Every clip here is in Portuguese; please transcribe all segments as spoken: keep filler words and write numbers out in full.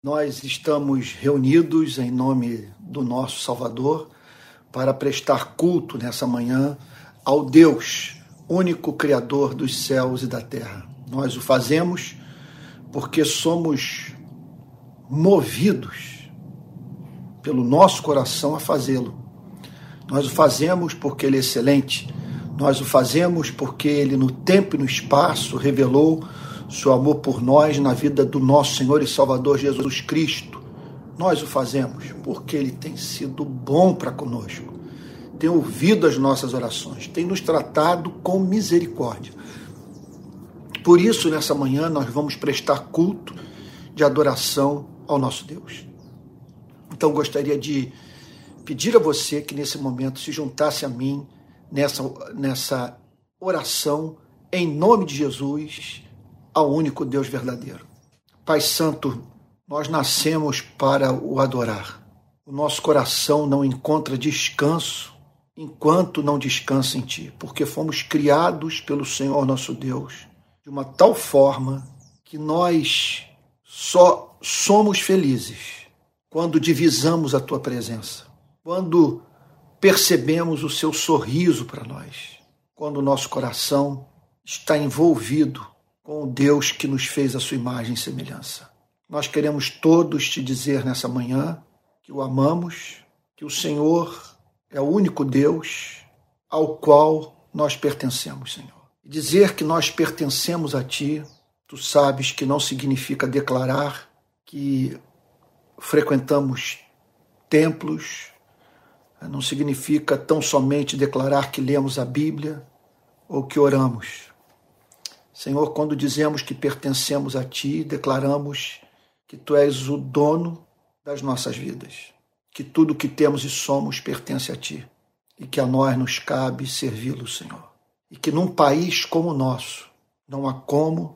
Nós estamos reunidos em nome do nosso Salvador para prestar culto nessa manhã ao Deus, único Criador dos céus e da terra. Nós o fazemos porque somos movidos pelo nosso coração a fazê-lo. Nós o fazemos porque Ele é excelente. Nós o fazemos porque Ele, no tempo e no espaço, revelou seu amor por nós na vida do nosso Senhor e Salvador Jesus Cristo. Nós o fazemos porque Ele tem sido bom para conosco, tem ouvido as nossas orações, tem nos tratado com misericórdia. Por isso, nessa manhã, nós vamos prestar culto de adoração ao nosso Deus. Então, gostaria de pedir a você que nesse momento se juntasse a mim nessa, nessa oração em nome de Jesus, ao único Deus verdadeiro. Pai Santo, nós nascemos para o adorar. O nosso coração não encontra descanso enquanto não descansa em Ti, porque fomos criados pelo Senhor nosso Deus de uma tal forma que nós só somos felizes quando divisamos a Tua presença, quando percebemos o Seu sorriso para nós, quando o nosso coração está envolvido com o Deus que nos fez a sua imagem e semelhança. Nós queremos todos te dizer nessa manhã que o amamos, que o Senhor é o único Deus ao qual nós pertencemos, Senhor. E dizer que nós pertencemos a Ti, Tu sabes que não significa declarar que frequentamos templos, não significa tão somente declarar que lemos a Bíblia ou que oramos. Senhor, quando dizemos que pertencemos a Ti, declaramos que Tu és o dono das nossas vidas, que tudo que temos e somos pertence a Ti e que a nós nos cabe servi-lo, Senhor. E que num país como o nosso, não há como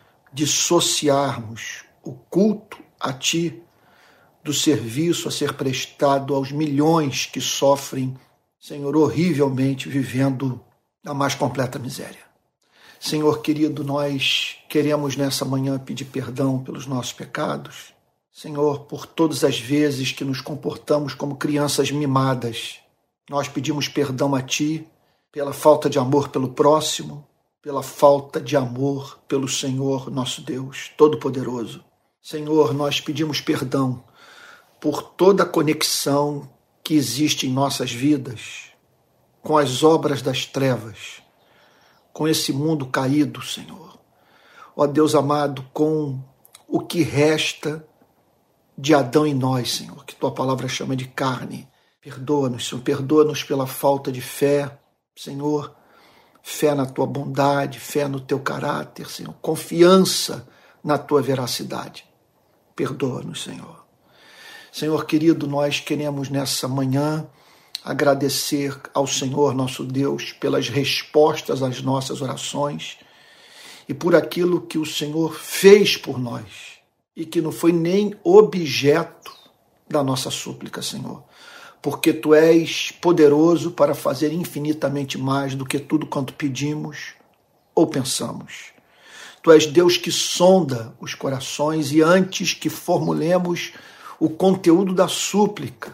dissociarmos o culto a Ti do serviço a ser prestado aos milhões que sofrem, Senhor, horrivelmente vivendo na mais completa miséria. Senhor querido, nós queremos nessa manhã pedir perdão pelos nossos pecados. Senhor, por todas as vezes que nos comportamos como crianças mimadas, nós pedimos perdão a Ti pela falta de amor pelo próximo, pela falta de amor pelo Senhor, nosso Deus Todo-Poderoso. Senhor, nós pedimos perdão por toda a conexão que existe em nossas vidas com as obras das trevas, com esse mundo caído, Senhor. Ó Deus amado, com o que resta de Adão em nós, Senhor, que Tua palavra chama de carne. Perdoa-nos, Senhor, perdoa-nos pela falta de fé, Senhor, fé na Tua bondade, fé no Teu caráter, Senhor, confiança na Tua veracidade. Perdoa-nos, Senhor. Senhor querido, nós queremos nessa manhã agradecer ao Senhor nosso Deus pelas respostas às nossas orações e por aquilo que o Senhor fez por nós e que não foi nem objeto da nossa súplica, Senhor, porque Tu és poderoso para fazer infinitamente mais do que tudo quanto pedimos ou pensamos. Tu és Deus que sonda os corações e antes que formulemos o conteúdo da súplica,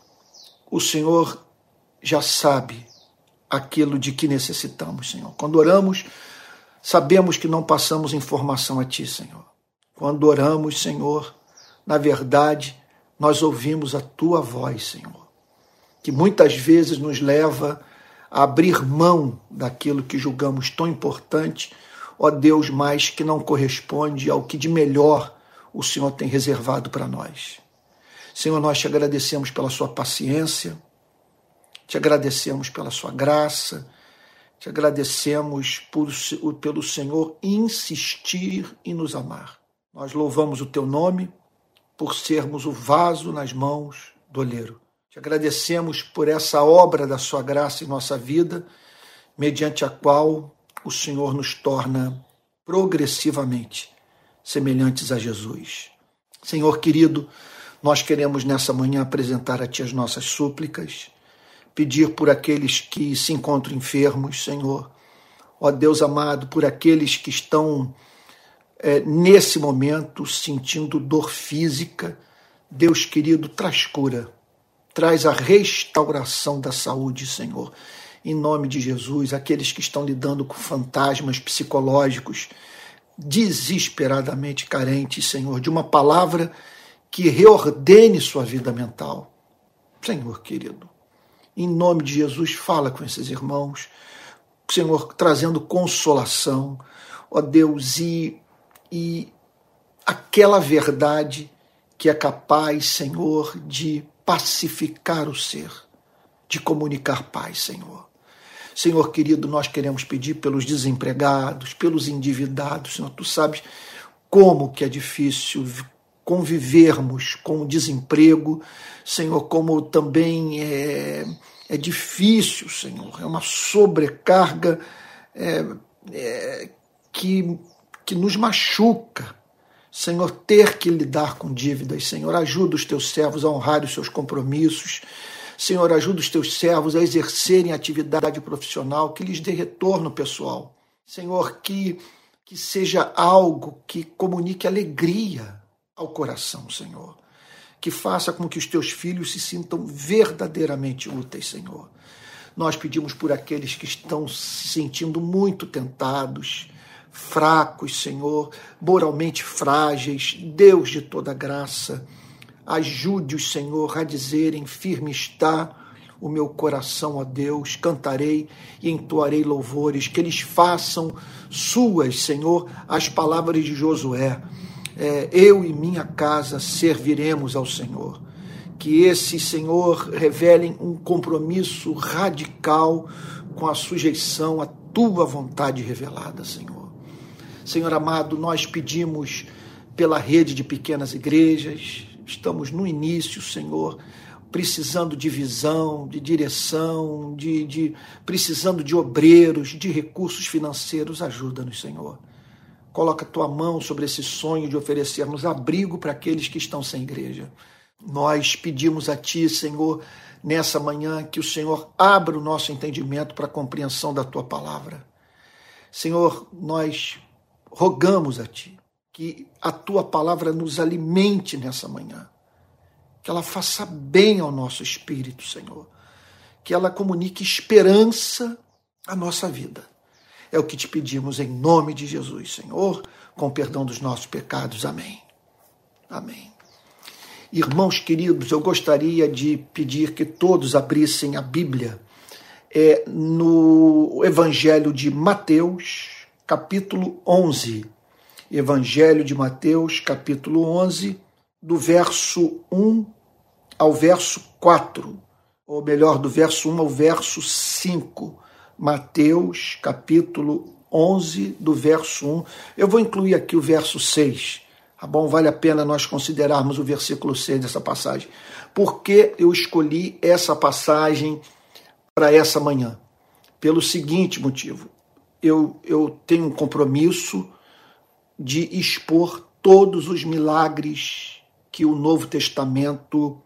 o Senhor já sabe aquilo de que necessitamos, Senhor. Quando oramos, sabemos que não passamos informação a Ti, Senhor. Quando oramos, Senhor, na verdade, nós ouvimos a Tua voz, Senhor, que muitas vezes nos leva a abrir mão daquilo que julgamos tão importante, ó Deus, mas que não corresponde ao que de melhor o Senhor tem reservado para nós. Senhor, nós Te agradecemos pela Sua paciência, Te agradecemos pela Sua graça, Te agradecemos por, pelo Senhor insistir em nos amar. Nós louvamos o Teu nome por sermos o vaso nas mãos do oleiro. Te agradecemos por essa obra da Sua graça em nossa vida, mediante a qual o Senhor nos torna progressivamente semelhantes a Jesus. Senhor querido, nós queremos nessa manhã apresentar a Ti as nossas súplicas, pedir por aqueles que se encontram enfermos, Senhor. Ó Deus amado, por aqueles que estão é, nesse momento, sentindo dor física, Deus querido, traz cura, traz a restauração da saúde, Senhor. Em nome de Jesus, aqueles que estão lidando com fantasmas psicológicos, desesperadamente carentes, Senhor, de uma palavra que reordene sua vida mental. Senhor querido, em nome de Jesus, fala com esses irmãos, Senhor, trazendo consolação, ó Deus, e, e aquela verdade que é capaz, Senhor, de pacificar o ser, de comunicar paz, Senhor. Senhor querido, nós queremos pedir pelos desempregados, pelos endividados, Senhor, tu sabes como que é difícil convivermos com o desemprego, Senhor, como também é, é difícil, Senhor, é uma sobrecarga é, é, que, que nos machuca, Senhor, ter que lidar com dívidas. Senhor, ajuda os teus servos a honrar os seus compromissos, Senhor, ajuda os teus servos a exercerem atividade profissional que lhes dê retorno pessoal, Senhor, que, que seja algo que comunique alegria ao coração, Senhor, que faça com que os teus filhos se sintam verdadeiramente úteis, Senhor. Nós pedimos por aqueles que estão se sentindo muito tentados, fracos, Senhor, moralmente frágeis, Deus de toda graça, ajude-os, Senhor, a dizerem: firme está o meu coração, ó Deus, cantarei e entoarei louvores, que eles façam suas, Senhor, as palavras de Josué. É, eu e minha casa serviremos ao Senhor. Que esse, Senhor, revelem um compromisso radical com a sujeição à tua vontade revelada, Senhor. Senhor amado, nós pedimos pela rede de pequenas igrejas, estamos no início, Senhor, precisando de visão, de direção, de, de, precisando de obreiros, de recursos financeiros. Ajuda-nos, Senhor. Coloca a tua mão sobre esse sonho de oferecermos abrigo para aqueles que estão sem igreja. Nós pedimos a ti, Senhor, nessa manhã, que o Senhor abra o nosso entendimento para a compreensão da tua palavra. Senhor, nós rogamos a ti que a tua palavra nos alimente nessa manhã, que ela faça bem ao nosso espírito, Senhor, que ela comunique esperança à nossa vida. É o que te pedimos em nome de Jesus, Senhor, com perdão dos nossos pecados. Amém. Amém. Irmãos queridos, eu gostaria de pedir que todos abrissem a Bíblia é, no Evangelho de Mateus, capítulo onze. Evangelho de Mateus, capítulo onze, do verso um ao verso quatro, ou melhor, do verso um ao verso cinco. Mateus, capítulo onze, do verso um. Eu vou incluir aqui o verso seis, tá bom? Vale a pena nós considerarmos o versículo seis dessa passagem. Por que eu escolhi essa passagem para essa manhã? Pelo seguinte motivo. Eu, eu tenho um compromisso de expor todos os milagres que o Novo Testamento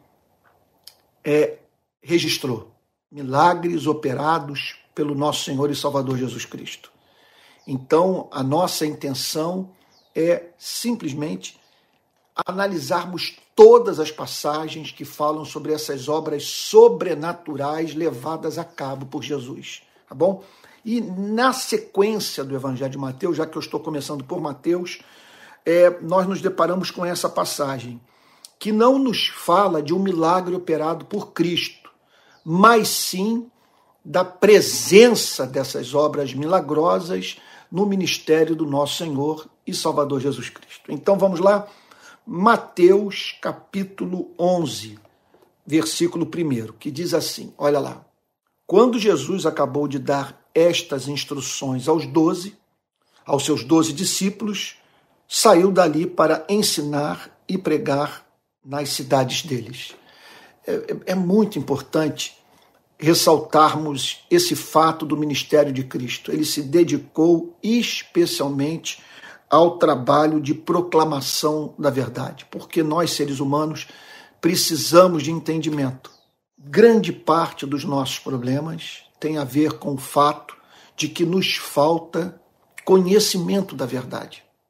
é, registrou. Milagres operados pelo nosso Senhor e Salvador Jesus Cristo. Então, a nossa intenção é simplesmente analisarmos todas as passagens que falam sobre essas obras sobrenaturais levadas a cabo por Jesus, tá bom? E na sequência do Evangelho de Mateus, já que eu estou começando por Mateus, é, nós nos deparamos com essa passagem, que não nos fala de um milagre operado por Cristo, mas sim da presença dessas obras milagrosas no ministério do nosso Senhor e Salvador Jesus Cristo. Então vamos lá, Mateus capítulo onze, versículo um, que diz assim, olha lá: quando Jesus acabou de dar estas instruções aos doze, aos seus doze discípulos, saiu dali para ensinar e pregar nas cidades deles. É, é, é muito importante ressaltarmos esse fato do ministério de Cristo. Ele se dedicou especialmente ao trabalho de proclamação da verdade, porque nós, seres humanos, precisamos de entendimento. Grande parte dos nossos problemas tem a ver com o fato de que nos falta conhecimento da verdade.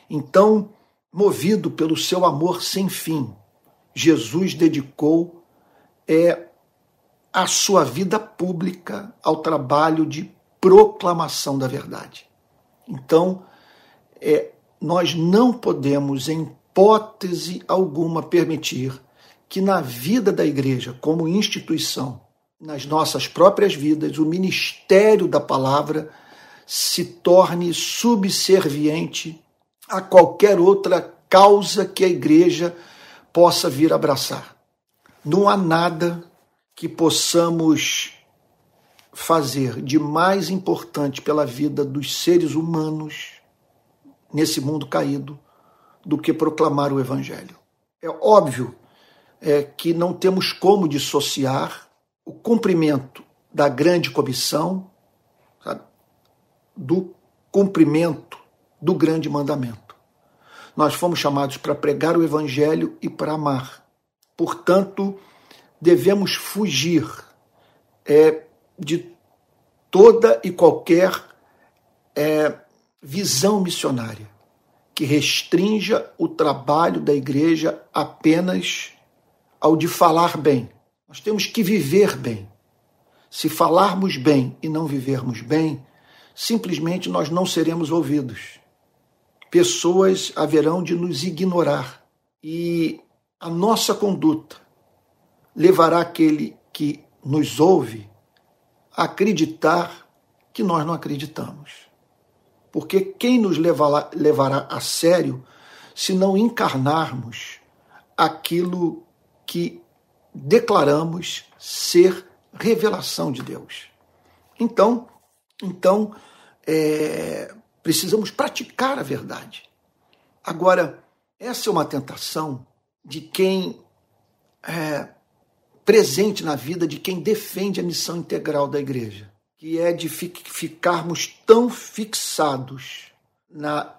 Então, movido pelo seu amor sem fim, Jesus dedicou é, a sua vida pública ao trabalho de proclamação da verdade. Então, é, nós não podemos, em hipótese alguma, permitir que na vida da igreja, como instituição, nas nossas próprias vidas, o ministério da palavra se torne subserviente a qualquer outra causa que a igreja possa vir abraçar. Não há nada que possamos fazer de mais importante pela vida dos seres humanos nesse mundo caído do que proclamar o Evangelho. É óbvio é, que não temos como dissociar o cumprimento da grande comissão, sabe, do cumprimento do grande mandamento. Nós fomos chamados para pregar o Evangelho e para amar. Portanto, devemos fugir é, de toda e qualquer é, visão missionária que restrinja o trabalho da igreja apenas ao de falar bem. Nós temos que viver bem. Se falarmos bem e não vivermos bem, simplesmente nós não seremos ouvidos. Pessoas haverão de nos ignorar e a nossa conduta levará aquele que nos ouve a acreditar que nós não acreditamos. Porque quem nos levará, levará a sério se não encarnarmos aquilo que declaramos ser revelação de Deus? Então, então é, precisamos praticar a verdade. Agora, essa é uma tentação de quem é presente na vida de quem defende a missão integral da igreja, que é de ficarmos tão fixados na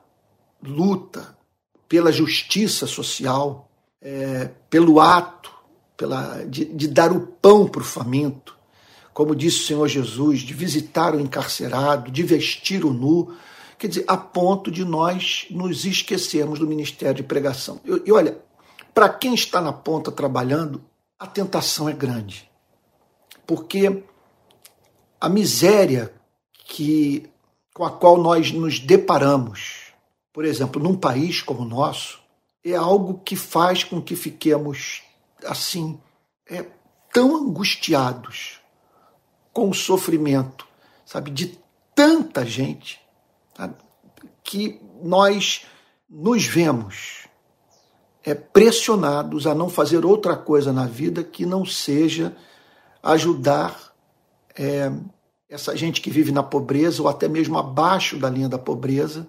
luta pela justiça social, é, pelo ato pela, de, de dar o pão para o faminto, como disse o Senhor Jesus, de visitar o encarcerado, de vestir o nu, quer dizer, a ponto de nós nos esquecermos do ministério de pregação. E, e olha, para quem está na ponta trabalhando, a tentação é grande, porque a miséria que, com a qual nós nos deparamos, por exemplo, num país como o nosso, é algo que faz com que fiquemos assim, é, tão angustiados com o sofrimento, sabe, de tanta gente, sabe, que nós nos vemos é, pressionados a não fazer outra coisa na vida que não seja ajudar é, essa gente que vive na pobreza ou até mesmo abaixo da linha da pobreza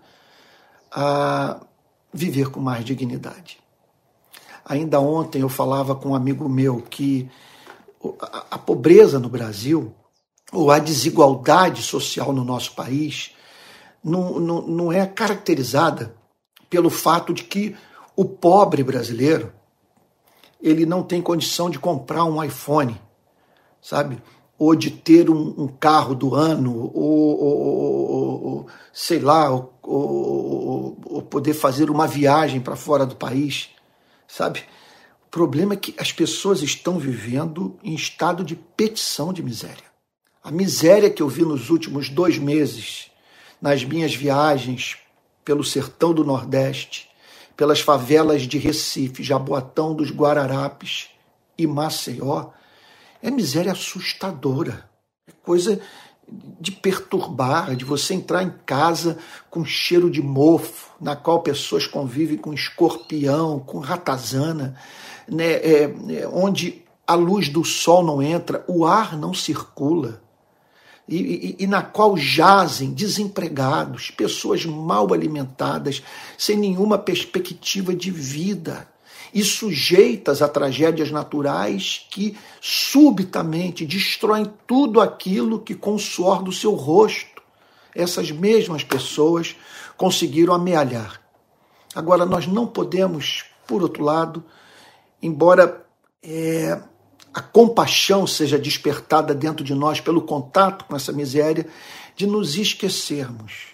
a viver com mais dignidade. Ainda ontem eu falava com um amigo meu que a, a pobreza no Brasil, ou a desigualdade social no nosso país, não, não, não é caracterizada pelo fato de que o pobre brasileiro ele não tem condição de comprar um iPhone, sabe? Ou de ter um, um carro do ano, ou, ou, ou sei lá, ou, ou, ou poder fazer uma viagem para fora do país, sabe? O problema é que as pessoas estão vivendo em estado de petição de miséria. A miséria que eu vi nos últimos dois meses, nas minhas viagens pelo sertão do Nordeste, pelas favelas de Recife, Jaboatão dos Guararapes e Maceió, é miséria assustadora. É coisa de perturbar, de você entrar em casa com cheiro de mofo, na qual pessoas convivem com escorpião, com ratazana, né, é, é, onde a luz do sol não entra, o ar não circula, e, e, e na qual jazem desempregados, pessoas mal alimentadas, sem nenhuma perspectiva de vida, e sujeitas a tragédias naturais que subitamente destroem tudo aquilo que com o suor do seu rosto essas mesmas pessoas conseguiram amealhar. Agora, nós não podemos, por outro lado, embora é, a compaixão seja despertada dentro de nós pelo contato com essa miséria, de nos esquecermos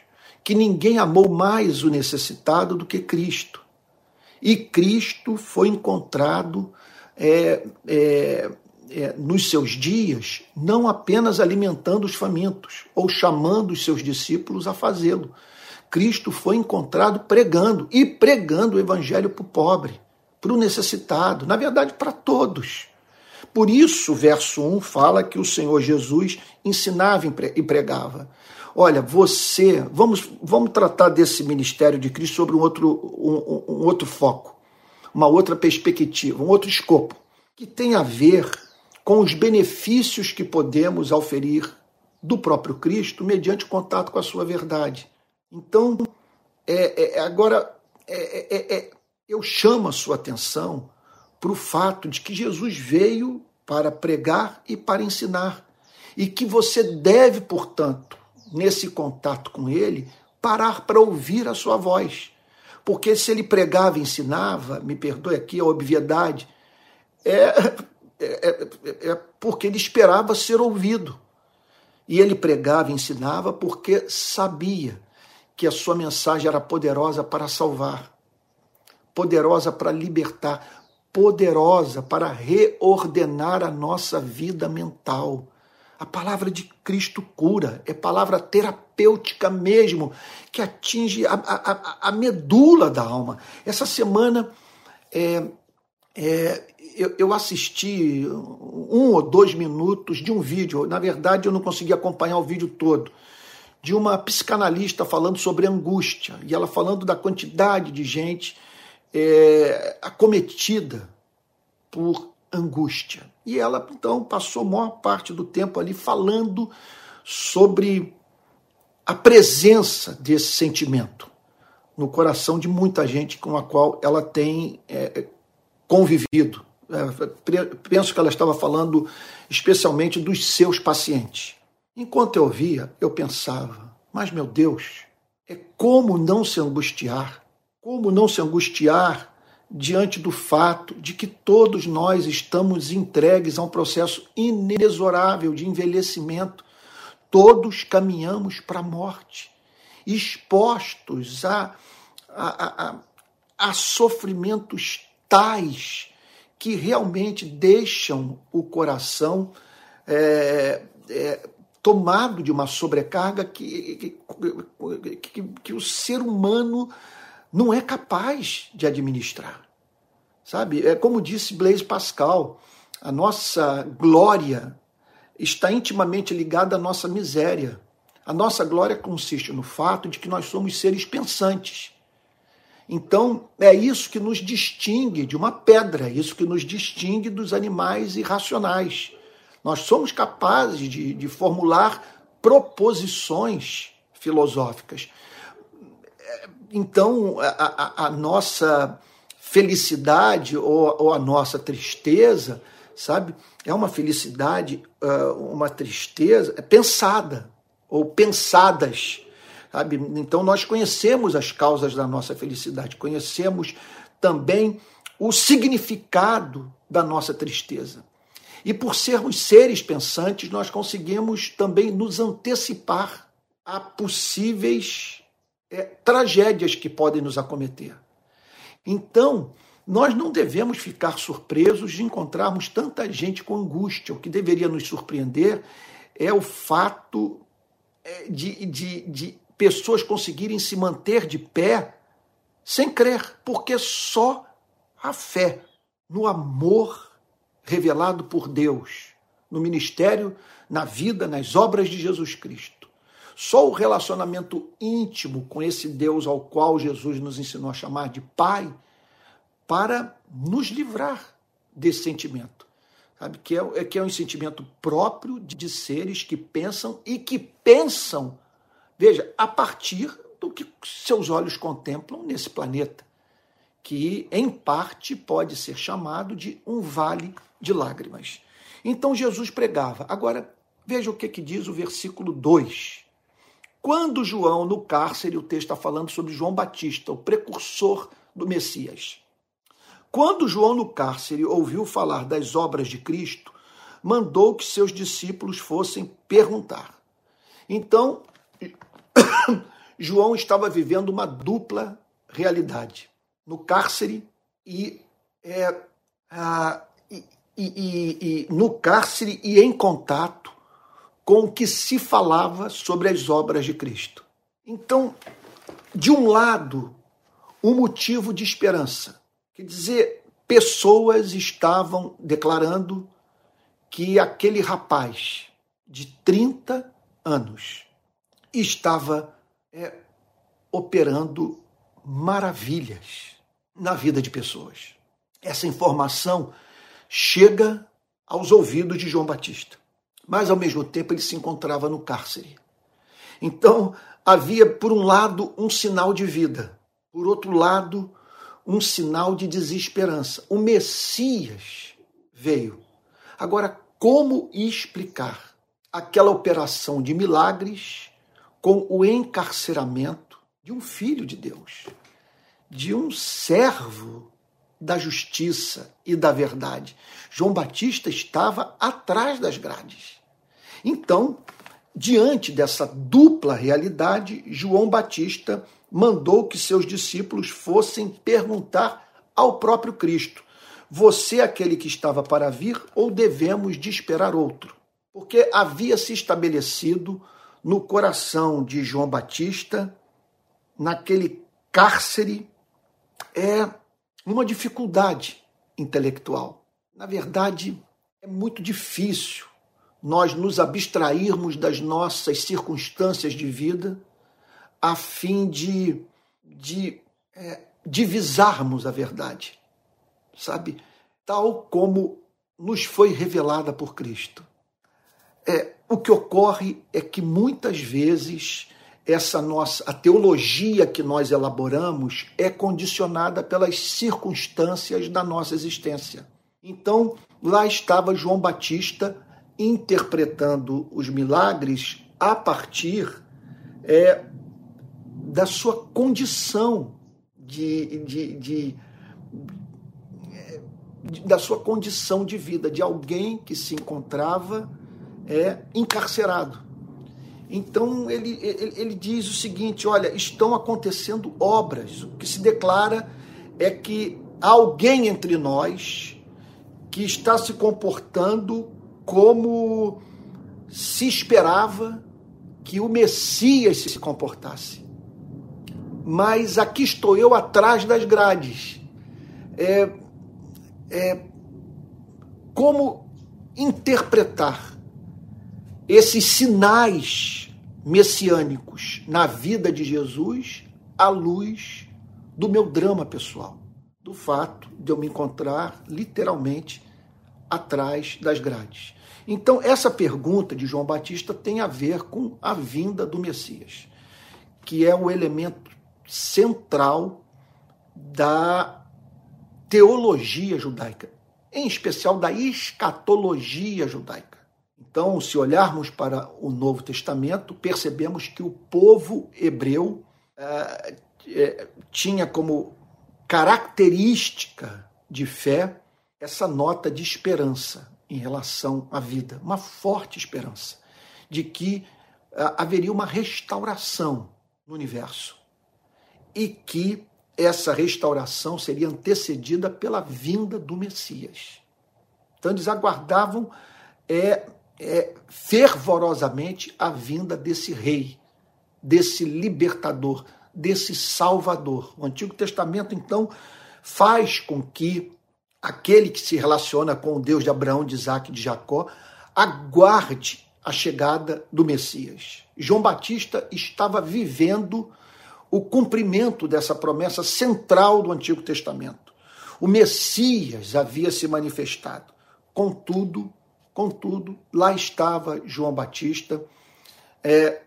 que ninguém amou mais o necessitado do que Cristo. E Cristo foi encontrado é, é, é, nos seus dias, não apenas alimentando os famintos, ou chamando os seus discípulos a fazê-lo. Cristo foi encontrado pregando, e pregando o evangelho para o pobre, para o necessitado, na verdade para todos. Por isso, o verso um fala que o Senhor Jesus ensinava e pregava. Olha, você, vamos, vamos tratar desse ministério de Cristo sobre um outro, um, um outro foco, uma outra perspectiva, um outro escopo, que tem a ver com os benefícios que podemos auferir do próprio Cristo mediante o contato com a sua verdade. Então, é, é, agora, é, é, é, eu chamo a sua atenção para o fato de que Jesus veio para pregar e para ensinar, e que você deve, portanto, nesse contato com ele, parar para ouvir a sua voz. Porque se ele pregava e ensinava, me perdoe aqui a obviedade, é, é, é, é porque ele esperava ser ouvido. E ele pregava e ensinava porque sabia que a sua mensagem era poderosa para salvar, poderosa para libertar, poderosa para reordenar a nossa vida mental. A palavra de Cristo cura, é palavra terapêutica mesmo, que atinge a, a, a medula da alma. Essa semana é, é, eu, eu assisti um ou dois minutos de um vídeo, na verdade eu não consegui acompanhar o vídeo todo, de uma psicanalista falando sobre angústia, e ela falando da quantidade de gente é, acometida por angústia. E ela, então, passou a maior parte do tempo ali falando sobre a presença desse sentimento no coração de muita gente com a qual ela tem é, convivido. É, penso que ela estava falando especialmente dos seus pacientes. Enquanto eu via, eu pensava, mas, meu Deus, é como não se angustiar? Como não se angustiar diante do fato de que todos nós estamos entregues a um processo inexorável de envelhecimento. Todos caminhamos para a morte, expostos a, a, a, a sofrimentos tais que realmente deixam o coração é, é, tomado de uma sobrecarga que, que, que, que o ser humano não é capaz de administrar, sabe? É como disse Blaise Pascal, a nossa glória está intimamente ligada à nossa miséria. A nossa glória consiste no fato de que nós somos seres pensantes. Então, é isso que nos distingue de uma pedra, é isso que nos distingue dos animais irracionais. Nós somos capazes de, de formular proposições filosóficas. Então, a, a, a nossa felicidade ou, ou a nossa tristeza, sabe, é uma felicidade, uma tristeza pensada ou pensadas, sabe? Então, nós conhecemos as causas da nossa felicidade, conhecemos também o significado da nossa tristeza. E por sermos seres pensantes, nós conseguimos também nos antecipar a possíveis É, tragédias que podem nos acometer. Então, nós não devemos ficar surpresos de encontrarmos tanta gente com angústia. O que deveria nos surpreender é o fato de, de, de pessoas conseguirem se manter de pé sem crer, porque só a fé no amor revelado por Deus, no ministério, na vida, nas obras de Jesus Cristo, só o relacionamento íntimo com esse Deus ao qual Jesus nos ensinou a chamar de Pai, para nos livrar desse sentimento, sabe? Que é, que é um sentimento próprio de seres que pensam e que pensam, veja, a partir do que seus olhos contemplam nesse planeta, que em parte pode ser chamado de um vale de lágrimas. Então Jesus pregava. Agora, veja o que, que diz o versículo dois. Quando João, no cárcere, o texto está falando sobre João Batista, o precursor do Messias. Quando João, no cárcere, ouviu falar das obras de Cristo, mandou que seus discípulos fossem perguntar. Então, João estava vivendo uma dupla realidade, no cárcere e, é, a, e, e, e, e no cárcere e em contato com o que se falava sobre as obras de Cristo. Então, de um lado, um motivo de esperança, quer dizer, pessoas estavam declarando que aquele rapaz de trinta anos estava é, operando maravilhas na vida de pessoas. Essa informação chega aos ouvidos de João Batista, mas ao mesmo tempo ele se encontrava no cárcere. Então havia, por um lado, um sinal de vida, por outro lado, um sinal de desesperança. O Messias veio. Agora, como explicar aquela operação de milagres com o encarceramento de um filho de Deus, de um servo da justiça e da verdade? João Batista estava atrás das grades. Então, diante dessa dupla realidade, João Batista mandou que seus discípulos fossem perguntar ao próprio Cristo: você é aquele que estava para vir ou devemos de esperar outro? Porque havia se estabelecido no coração de João Batista, naquele cárcere, é uma dificuldade intelectual. Na verdade, é muito difícil nós nos abstrairmos das nossas circunstâncias de vida a fim de, de é, divisarmos a verdade, sabe? Tal como nos foi revelada por Cristo. É, o que ocorre é que muitas vezes essa nossa, a teologia que nós elaboramos é condicionada pelas circunstâncias da nossa existência. Então, lá estava João Batista interpretando os milagres a partir é, da sua condição de, de, de, de, da sua condição de vida, de alguém que se encontrava é, encarcerado. Então ele, ele, ele diz o seguinte: olha, estão acontecendo obras. O que se declara é que há alguém entre nós que está se comportando como se esperava que o Messias se comportasse. Mas aqui estou eu atrás das grades. É, é, como interpretar esses sinais messiânicos na vida de Jesus à luz do meu drama pessoal, do fato de eu me encontrar literalmente atrás das grades. Então, essa pergunta de João Batista tem a ver com a vinda do Messias, que é o elemento central da teologia judaica, em especial da escatologia judaica. Então, se olharmos para o Novo Testamento, percebemos que o povo hebreu eh, eh, tinha como característica de fé essa nota de esperança em relação à vida, uma forte esperança de que uh, haveria uma restauração no universo e que essa restauração seria antecedida pela vinda do Messias. Então eles aguardavam é, é, fervorosamente a vinda desse rei, desse libertador, desse salvador. O Antigo Testamento, então, faz com que aquele que se relaciona com o Deus de Abraão, de Isaac e de Jacó aguarde a chegada do Messias. João Batista estava vivendo o cumprimento dessa promessa central do Antigo Testamento. O Messias havia se manifestado. Contudo, contudo, lá estava João Batista é,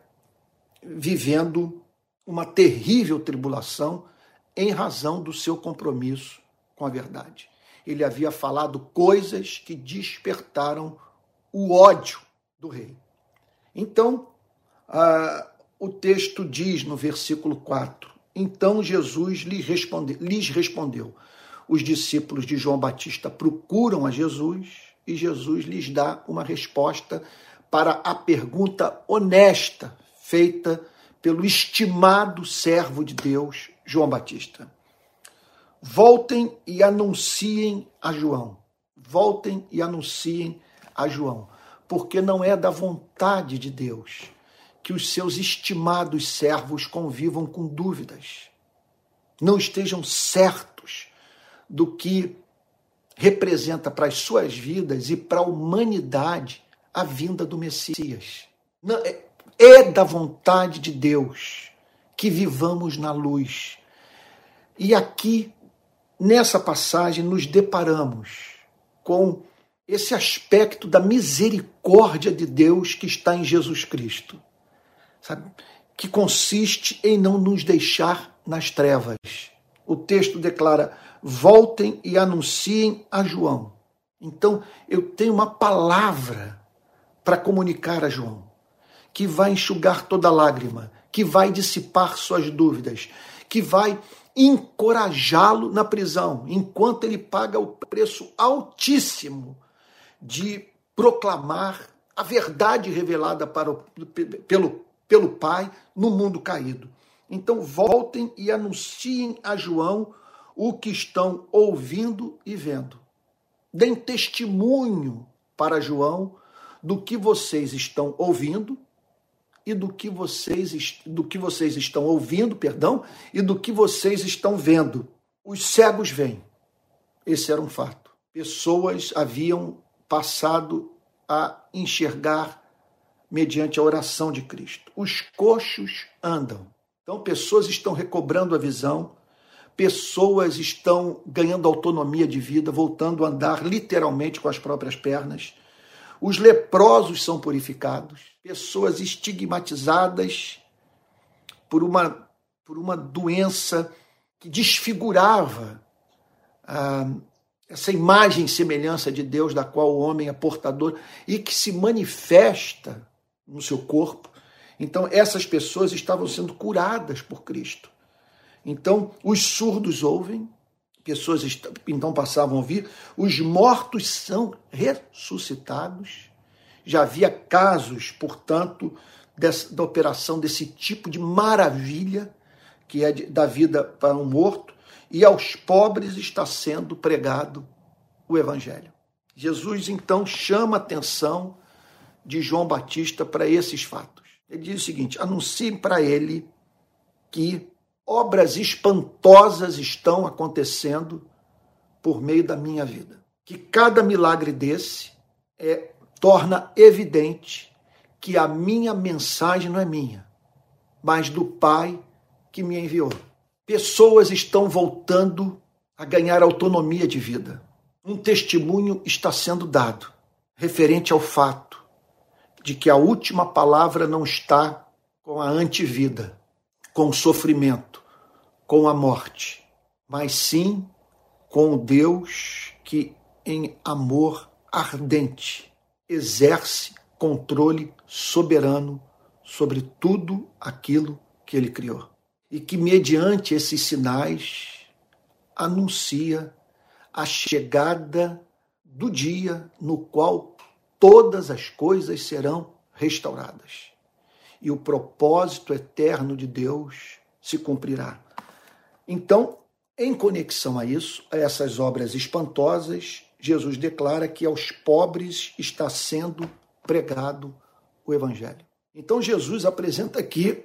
vivendo uma terrível tribulação em razão do seu compromisso com a verdade. Ele havia falado coisas que despertaram o ódio do rei. Então, ah, o texto diz no versículo quatro, então Jesus lhes, responde, lhes respondeu. Os discípulos de João Batista procuram a Jesus e Jesus lhes dá uma resposta para a pergunta honesta feita pelo estimado servo de Deus, João Batista. Voltem e anunciem a João. Voltem e anunciem a João. Porque não é da vontade de Deus que os seus estimados servos convivam com dúvidas. Não estejam certos do que representa para as suas vidas e para a humanidade a vinda do Messias. Não, é, é da vontade de Deus que vivamos na luz. E aqui, nessa passagem, nos deparamos com esse aspecto da misericórdia de Deus que está em Jesus Cristo, sabe? Que consiste em não nos deixar nas trevas. O texto declara: voltem e anunciem a João. Então, eu tenho uma palavra para comunicar a João, que vai enxugar toda lágrima, que vai dissipar suas dúvidas, que vai encorajá-lo na prisão, enquanto ele paga o preço altíssimo de proclamar a verdade revelada para o, pelo, pelo Pai no mundo caído. Então, voltem e anunciem a João o que estão ouvindo e vendo. Deem testemunho para João do que vocês estão ouvindo e do que vocês, do que vocês estão ouvindo, perdão, e do que vocês estão vendo. Os cegos veem. Esse era um fato. Pessoas haviam passado a enxergar mediante a oração de Cristo. Os coxos andam. Então, pessoas estão recobrando a visão, pessoas estão ganhando autonomia de vida, voltando a andar literalmente com as próprias pernas. Os leprosos são purificados, pessoas estigmatizadas por uma, por uma doença que desfigurava ah, essa imagem e semelhança de Deus da qual o homem é portador e que se manifesta no seu corpo. Então, essas pessoas estavam sendo curadas por Cristo. Então, os surdos ouvem, pessoas então passavam a ouvir, os mortos são ressuscitados. Já havia casos, portanto, dessa, da operação desse tipo de maravilha, que é de, da vida para um morto, e aos pobres está sendo pregado o Evangelho. Jesus, então, chama a atenção de João Batista para esses fatos. Ele diz o seguinte: anunciem para ele que obras espantosas estão acontecendo por meio da minha vida. Que cada milagre desse é, torna evidente que a minha mensagem não é minha, mas do Pai que me enviou. Pessoas estão voltando a ganhar autonomia de vida. Um testemunho está sendo dado referente ao fato de que a última palavra não está com a antivida, com o sofrimento, com a morte, mas sim com o Deus que, em amor ardente, exerce controle soberano sobre tudo aquilo que ele criou. E que, mediante esses sinais, anuncia a chegada do dia no qual todas as coisas serão restauradas. E o propósito eterno de Deus se cumprirá. Então, em conexão a isso, a essas obras espantosas, Jesus declara que aos pobres está sendo pregado o Evangelho. Então, Jesus apresenta aqui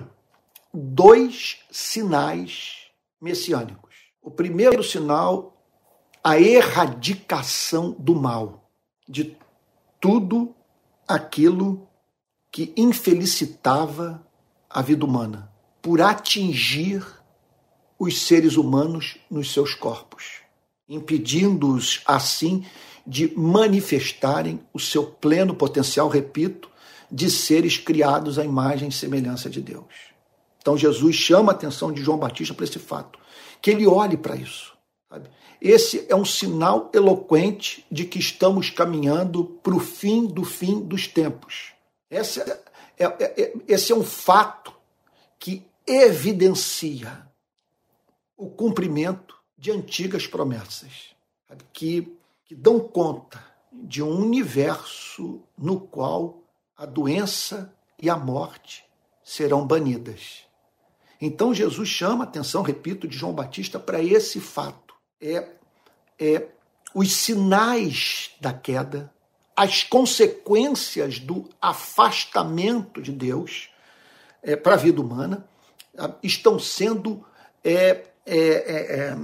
dois sinais messiânicos. O primeiro sinal, a erradicação do mal, de tudo aquilo que infelicitava a vida humana, por atingir os seres humanos nos seus corpos, impedindo-os, assim, de manifestarem o seu pleno potencial, repito, de seres criados à imagem e semelhança de Deus. Então, Jesus chama a atenção de João Batista para esse fato, que ele olhe para isso. Sabe? Esse é um sinal eloquente de que estamos caminhando para o fim do fim dos tempos. Esse é, é, é, esse é um fato que evidencia o cumprimento de antigas promessas, sabe? Que, que dão conta de um universo no qual a doença e a morte serão banidas. Então Jesus chama a atenção, repito, de João Batista para esse fato. É, é os sinais da queda, as consequências do afastamento de Deus é, para a vida humana estão sendo é, é, é, é,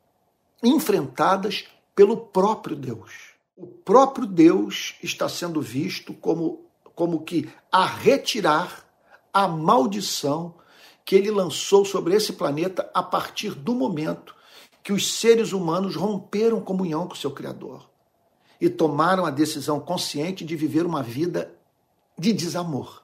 enfrentadas pelo próprio Deus. O próprio Deus está sendo visto como, como que a retirar a maldição que ele lançou sobre esse planeta a partir do momento que os seres humanos romperam comunhão com o seu Criador e tomaram a decisão consciente de viver uma vida de desamor.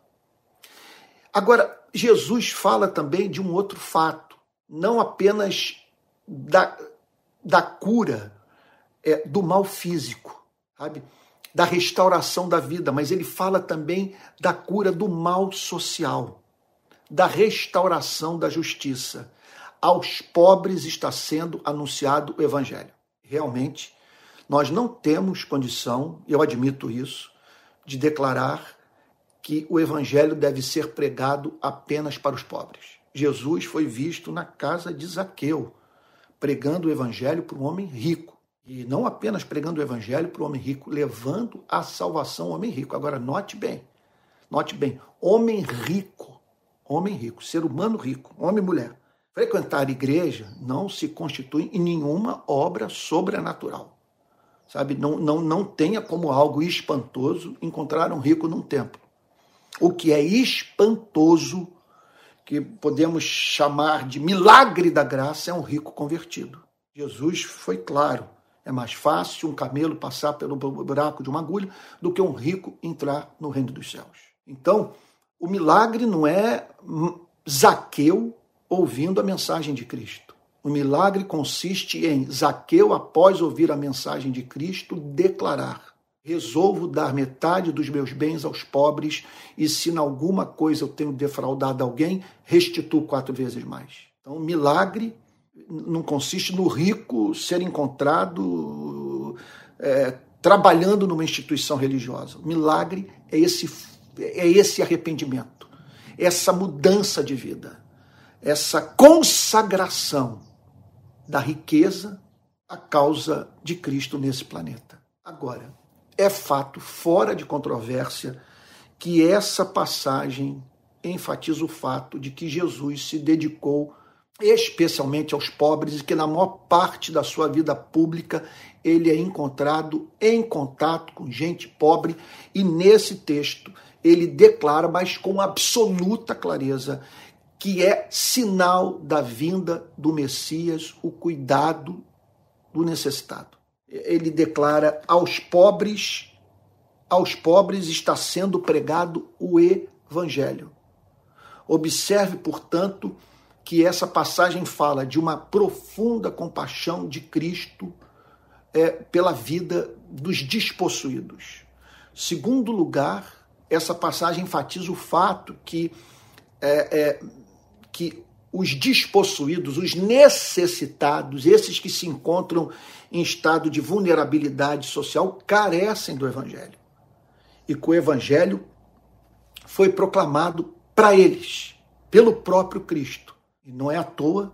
Agora, Jesus fala também de um outro fato, não apenas da, da cura é, do mal físico, sabe? Da restauração da vida, mas ele fala também da cura do mal social, da restauração da justiça. Aos pobres está sendo anunciado o Evangelho. Realmente, nós não temos condição, eu admito isso, de declarar que o Evangelho deve ser pregado apenas para os pobres. Jesus foi visto na casa de Zaqueu, pregando o Evangelho para um homem rico. E não apenas pregando o Evangelho para o homem rico, levando a salvação ao homem rico. Agora, note bem, note bem, homem rico, homem rico, ser humano rico, homem e mulher. Frequentar a igreja não se constitui em nenhuma obra sobrenatural. Sabe, não, não, não tenha como algo espantoso encontrar um rico num templo. O que é espantoso, que podemos chamar de milagre da graça, é um rico convertido. Jesus foi claro, é mais fácil um camelo passar pelo buraco de uma agulha do que um rico entrar no reino dos céus. Então, o milagre não é Zaqueu ouvindo a mensagem de Cristo. O milagre consiste em Zaqueu, após ouvir a mensagem de Cristo, declarar: resolvo dar metade dos meus bens aos pobres e se em alguma coisa eu tenho defraudado alguém, restituo quatro vezes mais. Então, o milagre não consiste no rico ser encontrado é, trabalhando numa instituição religiosa. O milagre é esse, é esse arrependimento, essa mudança de vida, essa consagração da riqueza à causa de Cristo nesse planeta. Agora, é fato fora de controvérsia que essa passagem enfatiza o fato de que Jesus se dedicou especialmente aos pobres e que na maior parte da sua vida pública ele é encontrado em contato com gente pobre, e nesse texto ele declara, mas com absoluta clareza, que é sinal da vinda do Messias, o cuidado do necessitado. Ele declara: aos pobres, aos pobres está sendo pregado o Evangelho. Observe, portanto, que essa passagem fala de uma profunda compaixão de Cristo é, pela vida dos despossuídos. Segundo lugar, essa passagem enfatiza o fato que, é, é, que os despossuídos, os necessitados, esses que se encontram em estado de vulnerabilidade social, carecem do Evangelho. E que o Evangelho foi proclamado para eles, pelo próprio Cristo. E não é à toa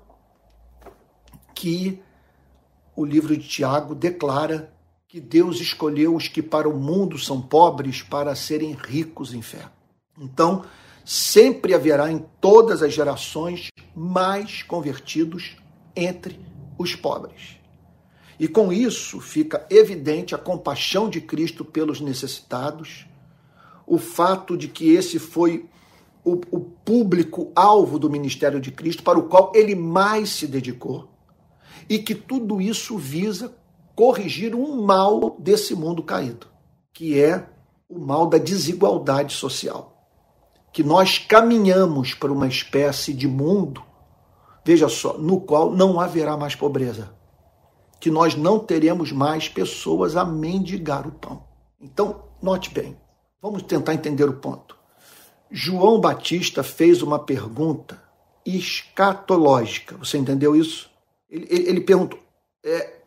que o livro de Tiago declara que Deus escolheu os que para o mundo são pobres para serem ricos em fé. Então, sempre haverá em todas as gerações mais convertidos entre os pobres. E com isso fica evidente a compaixão de Cristo pelos necessitados, o fato de que esse foi o, o público-alvo do ministério de Cristo, para o qual ele mais se dedicou, e que tudo isso visa corrigir um mal desse mundo caído, que é o mal da desigualdade social. Que nós caminhamos para uma espécie de mundo, veja só, no qual não haverá mais pobreza, que nós não teremos mais pessoas a mendigar o pão. Então, note bem, vamos tentar entender o ponto. João Batista fez uma pergunta escatológica, você entendeu isso? Ele, ele, ele perguntou é,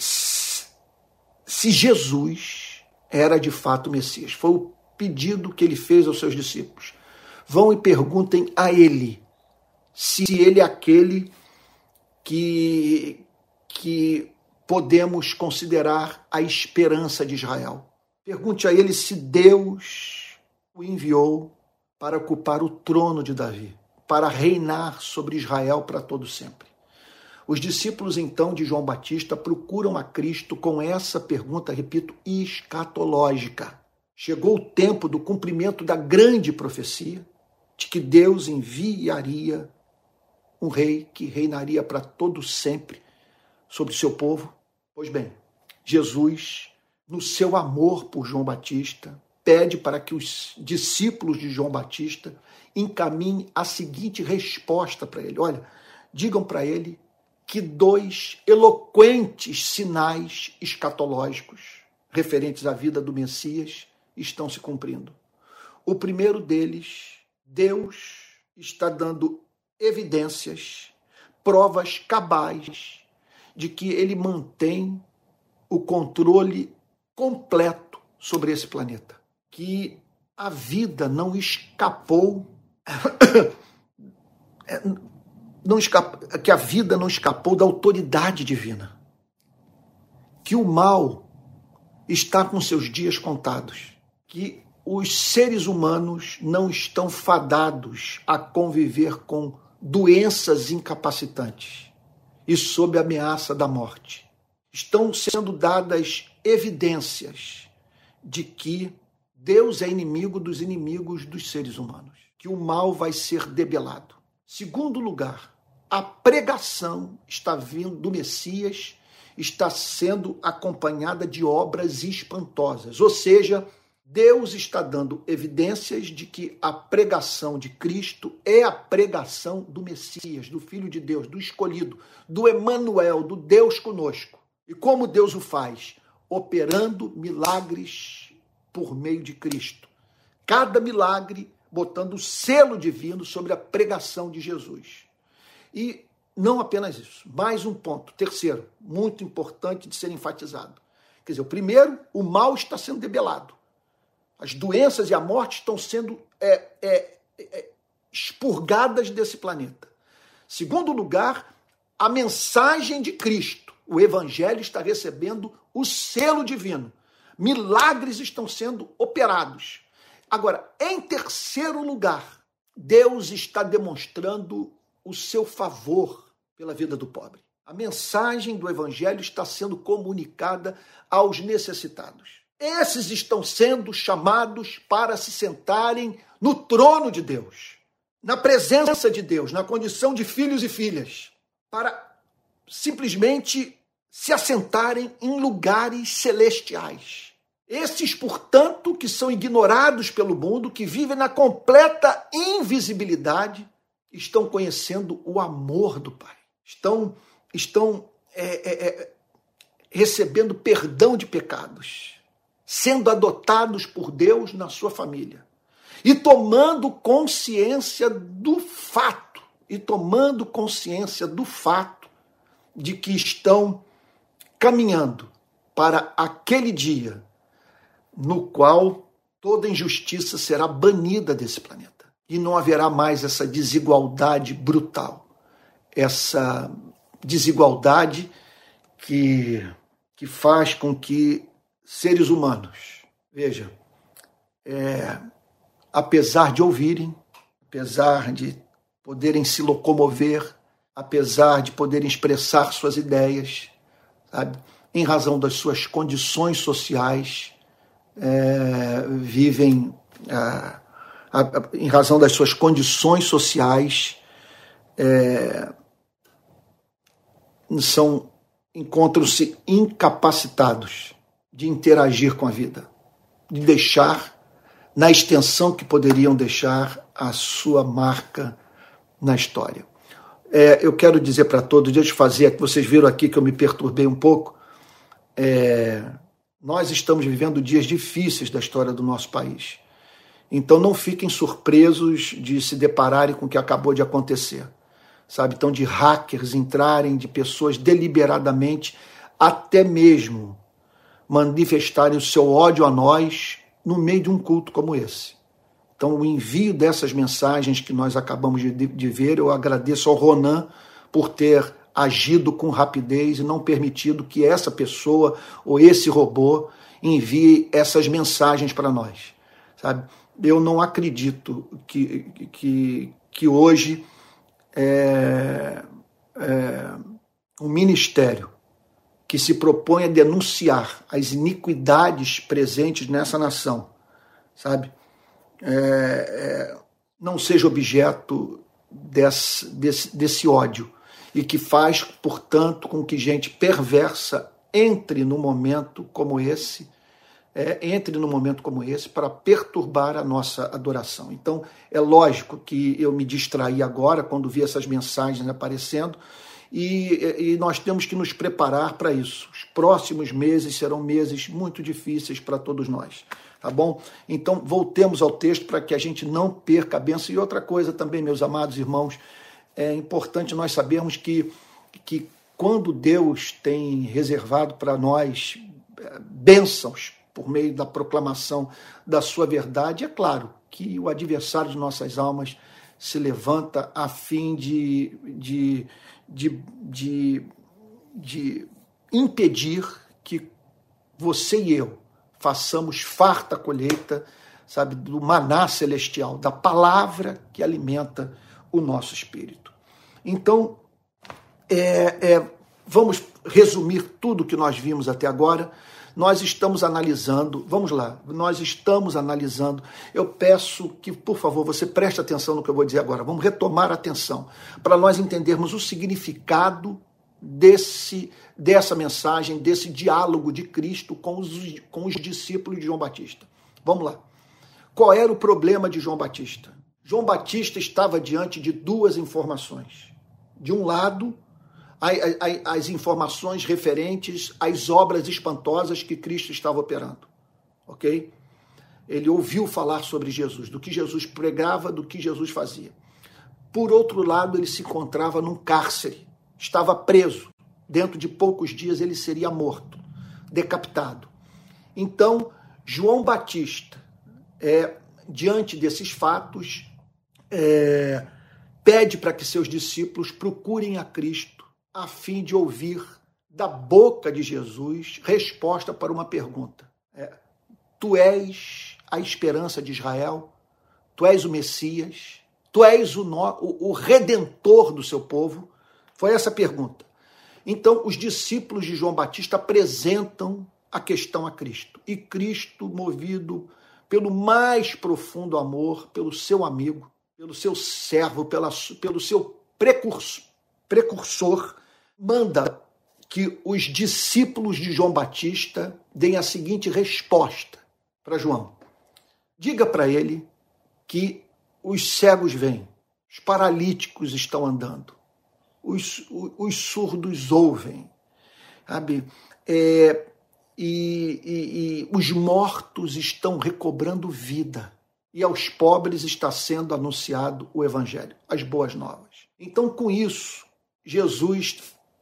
se Jesus era de fato o Messias. Foi o pedido que ele fez aos seus discípulos. vão e perguntem a ele se ele é aquele que, que podemos considerar a esperança de Israel. Pergunte a ele se Deus o enviou para ocupar o trono de Davi, para reinar sobre Israel para todo sempre. Os discípulos, então, de João Batista procuram a Cristo com essa pergunta, repito, escatológica. Chegou o tempo do cumprimento da grande profecia de que Deus enviaria um rei que reinaria para todo sempre sobre o seu povo. Pois bem, Jesus, no seu amor por João Batista, pede para que os discípulos de João Batista encaminhem a seguinte resposta para ele. Olha, digam para ele que dois eloquentes sinais escatológicos referentes à vida do Messias estão se cumprindo. O primeiro deles, Deus está dando evidências, provas cabais de que ele mantém o controle completo sobre esse planeta, que a vida não escapou, não escapou, que a vida não escapou da autoridade divina, que o mal está com seus dias contados, que os seres humanos não estão fadados a conviver com doenças incapacitantes e sob a ameaça da morte. Estão sendo dadas evidências de que Deus é inimigo dos inimigos dos seres humanos, que o mal vai ser debelado. Segundo lugar, a pregação está vindo do Messias, está sendo acompanhada de obras espantosas, ou seja, Deus está dando evidências de que a pregação de Cristo é a pregação do Messias, do Filho de Deus, do escolhido, do Emanuel, do Deus conosco. E como Deus o faz? Operando milagres por meio de Cristo. Cada milagre botando o selo divino sobre a pregação de Jesus. E não apenas isso, mais um ponto, terceiro, muito importante de ser enfatizado. Quer dizer, o primeiro, o mal está sendo debelado. As doenças e a morte estão sendo é, é, é, expurgadas desse planeta. Segundo lugar, a mensagem de Cristo, o Evangelho, está recebendo o selo divino. Milagres estão sendo operados. Agora, em terceiro lugar, Deus está demonstrando o seu favor pela vida do pobre. A mensagem do Evangelho está sendo comunicada aos necessitados. Esses estão sendo chamados para se sentarem no trono de Deus, na presença de Deus, na condição de filhos e filhas, para simplesmente se assentarem em lugares celestiais. Esses, portanto, que são ignorados pelo mundo, que vivem na completa invisibilidade, estão conhecendo o amor do Pai. Estão, estão é, é, é, recebendo perdão de pecados, sendo adotados por Deus na sua família e tomando consciência do fato, e tomando consciência do fato de que estão caminhando para aquele dia no qual toda injustiça será banida desse planeta e não haverá mais essa desigualdade brutal, essa desigualdade que, que faz com que seres humanos, veja, é, apesar de ouvirem, apesar de poderem se locomover, apesar de poderem expressar suas ideias, sabe, em razão das suas condições sociais, é, vivem, é, a, a, em razão das suas condições sociais, é, são, encontram-se incapacitados de interagir com a vida, de deixar, na extensão que poderiam deixar, a sua marca na história. É, eu quero dizer para todos, deixa eu fazer, que vocês viram aqui que eu me perturbei um pouco, é, nós estamos vivendo dias difíceis da história do nosso país. Então não fiquem surpresos de se depararem com o que acabou de acontecer. Sabe? Então, de hackers entrarem, de pessoas deliberadamente, até mesmo manifestarem o seu ódio a nós no meio de um culto como esse. Então, o envio dessas mensagens que nós acabamos de, de ver, eu agradeço ao Ronan por ter agido com rapidez e não permitido que essa pessoa ou esse robô envie essas mensagens para nós, sabe? Eu não acredito que, que, que hoje é, é, um ministério que se propõe a denunciar as iniquidades presentes nessa nação, sabe? É, é, não seja objeto desse, desse, desse ódio e que faz, portanto, com que gente perversa entre num momento como esse, é, entre num momento como esse para perturbar a nossa adoração. Então, é lógico que eu me distraí agora quando vi essas mensagens aparecendo e, e nós temos que nos preparar para isso. Os próximos meses serão meses muito difíceis para todos nós. Tá bom? Então, voltemos ao texto para que a gente não perca a bênção. E outra coisa também, meus amados irmãos, é importante nós sabermos que, que quando Deus tem reservado para nós bênçãos por meio da proclamação da sua verdade, é claro que o adversário de nossas almas se levanta a fim de, de, de, de, de impedir que você e eu façamos farta colheita, sabe, do maná celestial, da palavra que alimenta o nosso espírito. Então, é, é, vamos resumir tudo que nós vimos até agora. Nós estamos analisando, vamos lá, nós estamos analisando. Eu peço que, por favor, você preste atenção no que eu vou dizer agora. Vamos retomar a atenção para nós entendermos o significado desse, dessa mensagem, desse diálogo de Cristo com os, com os discípulos de João Batista. Vamos lá. Qual era o problema de João Batista? João Batista estava diante de duas informações. De um lado, as informações referentes às obras espantosas que Cristo estava operando. Ok? Ele ouviu falar sobre Jesus, do que Jesus pregava, do que Jesus fazia. Por outro lado, ele se encontrava num cárcere. Estava preso. Dentro de poucos dias ele seria morto, decapitado. Então, João Batista, é, diante desses fatos, é, pede para que seus discípulos procurem a Cristo a fim de ouvir da boca de Jesus resposta para uma pergunta. É, tu és a esperança de Israel? Tu és o Messias? Tu és o, no, o, o redentor do seu povo? Foi essa a pergunta. Então, os discípulos de João Batista apresentam a questão a Cristo. E Cristo, movido pelo mais profundo amor, pelo seu amigo, pelo seu servo, pela, pelo seu precursor, precursor, manda que os discípulos de João Batista deem a seguinte resposta para João. Diga para ele que os cegos vêm, os paralíticos estão andando, Os, os surdos ouvem, sabe? É, e, e, e os mortos estão recobrando vida. E aos pobres está sendo anunciado o Evangelho, as boas novas. Então, com isso, Jesus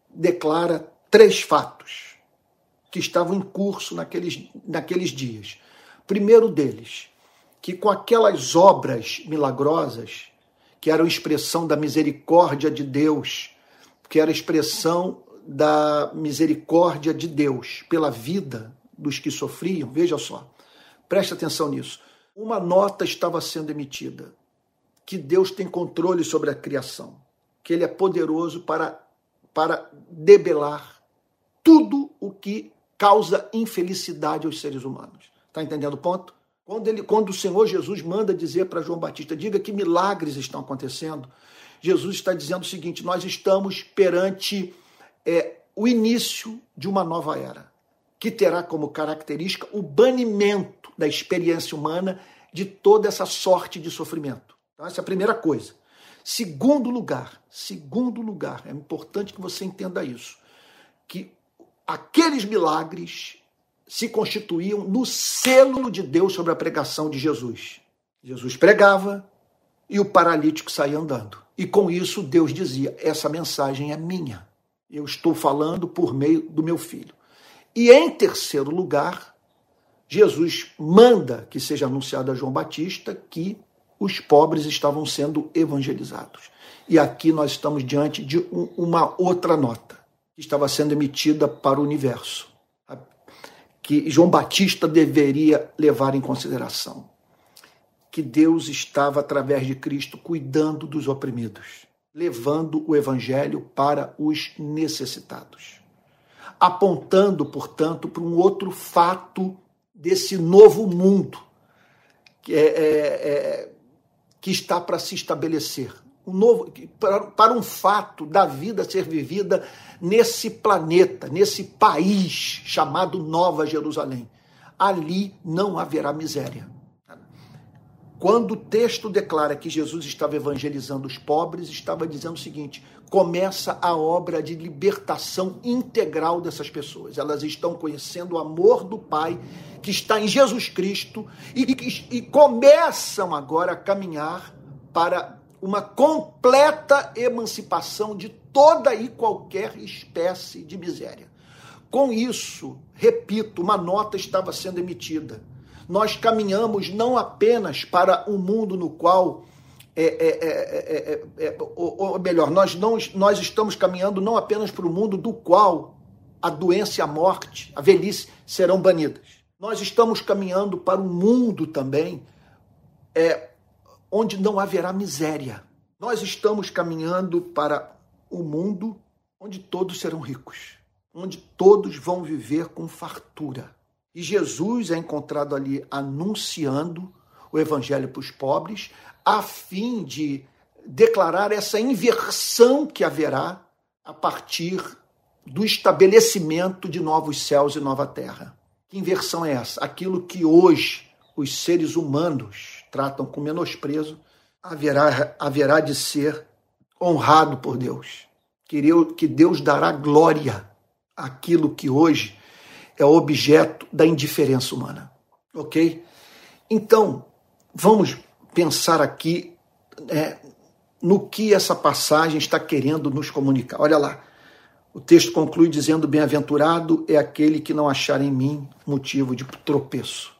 declara três fatos que estavam em curso naqueles, naqueles dias. Primeiro deles, que com aquelas obras milagrosas, que eram expressão da misericórdia de Deus, que era expressão da misericórdia de Deus pela vida dos que sofriam, veja só, preste atenção nisso. Uma nota estava sendo emitida, que Deus tem controle sobre a criação, que Ele é poderoso para, para debelar tudo o que causa infelicidade aos seres humanos. Está entendendo o ponto? Quando, ele, quando o Senhor Jesus manda dizer para João Batista, diga que milagres estão acontecendo, Jesus está dizendo o seguinte, nós estamos perante é, o início de uma nova era, que terá como característica o banimento da experiência humana de toda essa sorte de sofrimento. Então, essa é a primeira coisa. Segundo lugar, segundo lugar, é importante que você entenda isso, que aqueles milagres se constituíam no selo de Deus sobre a pregação de Jesus. Jesus pregava e o paralítico saía andando. E com isso Deus dizia, essa mensagem é minha. Eu estou falando por meio do meu filho. E em terceiro lugar, Jesus manda que seja anunciado a João Batista que os pobres estavam sendo evangelizados. E aqui nós estamos diante de um, uma outra nota que estava sendo emitida para o universo, que João Batista deveria levar em consideração. Que Deus estava, através de Cristo, cuidando dos oprimidos, levando o evangelho para os necessitados, apontando, portanto, para um outro fato desse novo mundo que, é, é, é, que está para se estabelecer. Um novo, para, para um fato da vida ser vivida nesse planeta, nesse país chamado Nova Jerusalém. Ali não haverá miséria. Quando o texto declara que Jesus estava evangelizando os pobres, estava dizendo o seguinte: começa a obra de libertação integral dessas pessoas. Elas estão conhecendo o amor do Pai, que está em Jesus Cristo, e, e, e começam agora a caminhar para uma completa emancipação de toda e qualquer espécie de miséria. Com isso, repito, uma nota estava sendo emitida. Nós caminhamos não apenas para um mundo no qual, é, é, é, é, é, ou, ou melhor, nós, não, nós estamos caminhando não apenas para o mundo do qual a doença e a morte, a velhice serão banidas. Nós estamos caminhando para um mundo também é, onde não haverá miséria. Nós estamos caminhando para um mundo onde todos serão ricos, onde todos vão viver com fartura. E Jesus é encontrado ali anunciando o evangelho para os pobres, a fim de declarar essa inversão que haverá a partir do estabelecimento de novos céus e nova terra. Que inversão é essa? Aquilo que hoje os seres humanos tratam com menosprezo, haverá, haverá de ser honrado por Deus. Que Deus dará glória àquilo que hoje é objeto da indiferença humana, ok? Então, vamos pensar aqui é, no que essa passagem está querendo nos comunicar. Olha lá, o texto conclui dizendo: bem-aventurado é aquele que não achar em mim motivo de tropeço,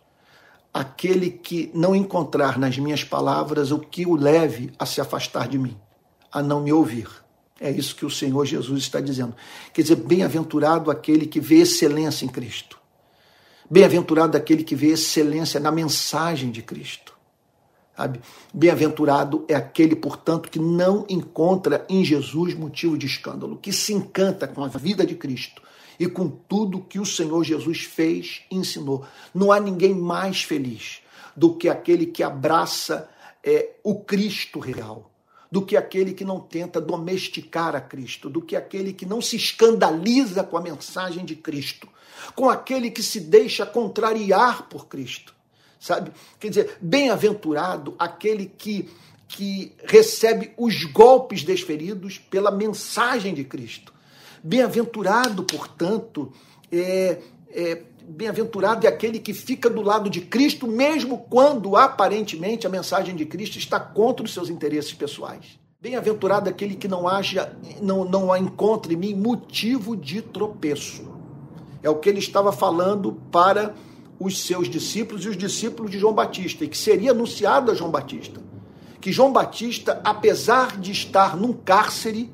aquele que não encontrar nas minhas palavras o que o leve a se afastar de mim, a não me ouvir. É isso que o Senhor Jesus está dizendo. Quer dizer, bem-aventurado aquele que vê excelência em Cristo. Bem-aventurado aquele que vê excelência na mensagem de Cristo. Sabe? Bem-aventurado é aquele, portanto, que não encontra em Jesus motivo de escândalo, que se encanta com a vida de Cristo e com tudo que o Senhor Jesus fez e ensinou. Não há ninguém mais feliz do que aquele que abraça é, o Cristo real, do que aquele que não tenta domesticar a Cristo, do que aquele que não se escandaliza com a mensagem de Cristo, com aquele que se deixa contrariar por Cristo, sabe? Quer dizer, bem-aventurado aquele que, que recebe os golpes desferidos pela mensagem de Cristo. Bem-aventurado, portanto, é, é, bem-aventurado é aquele que fica do lado de Cristo, mesmo quando, aparentemente, a mensagem de Cristo está contra os seus interesses pessoais. Bem-aventurado é aquele que não, haja, não, não encontra em mim motivo de tropeço. É o que ele estava falando para os seus discípulos e os discípulos de João Batista, e que seria anunciado a João Batista. Que João Batista, apesar de estar num cárcere,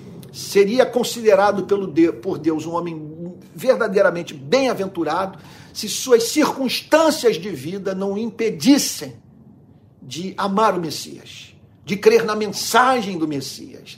seria considerado pelo Deus, por Deus um homem verdadeiramente bem-aventurado se suas circunstâncias de vida não o impedissem de amar o Messias, de crer na mensagem do Messias,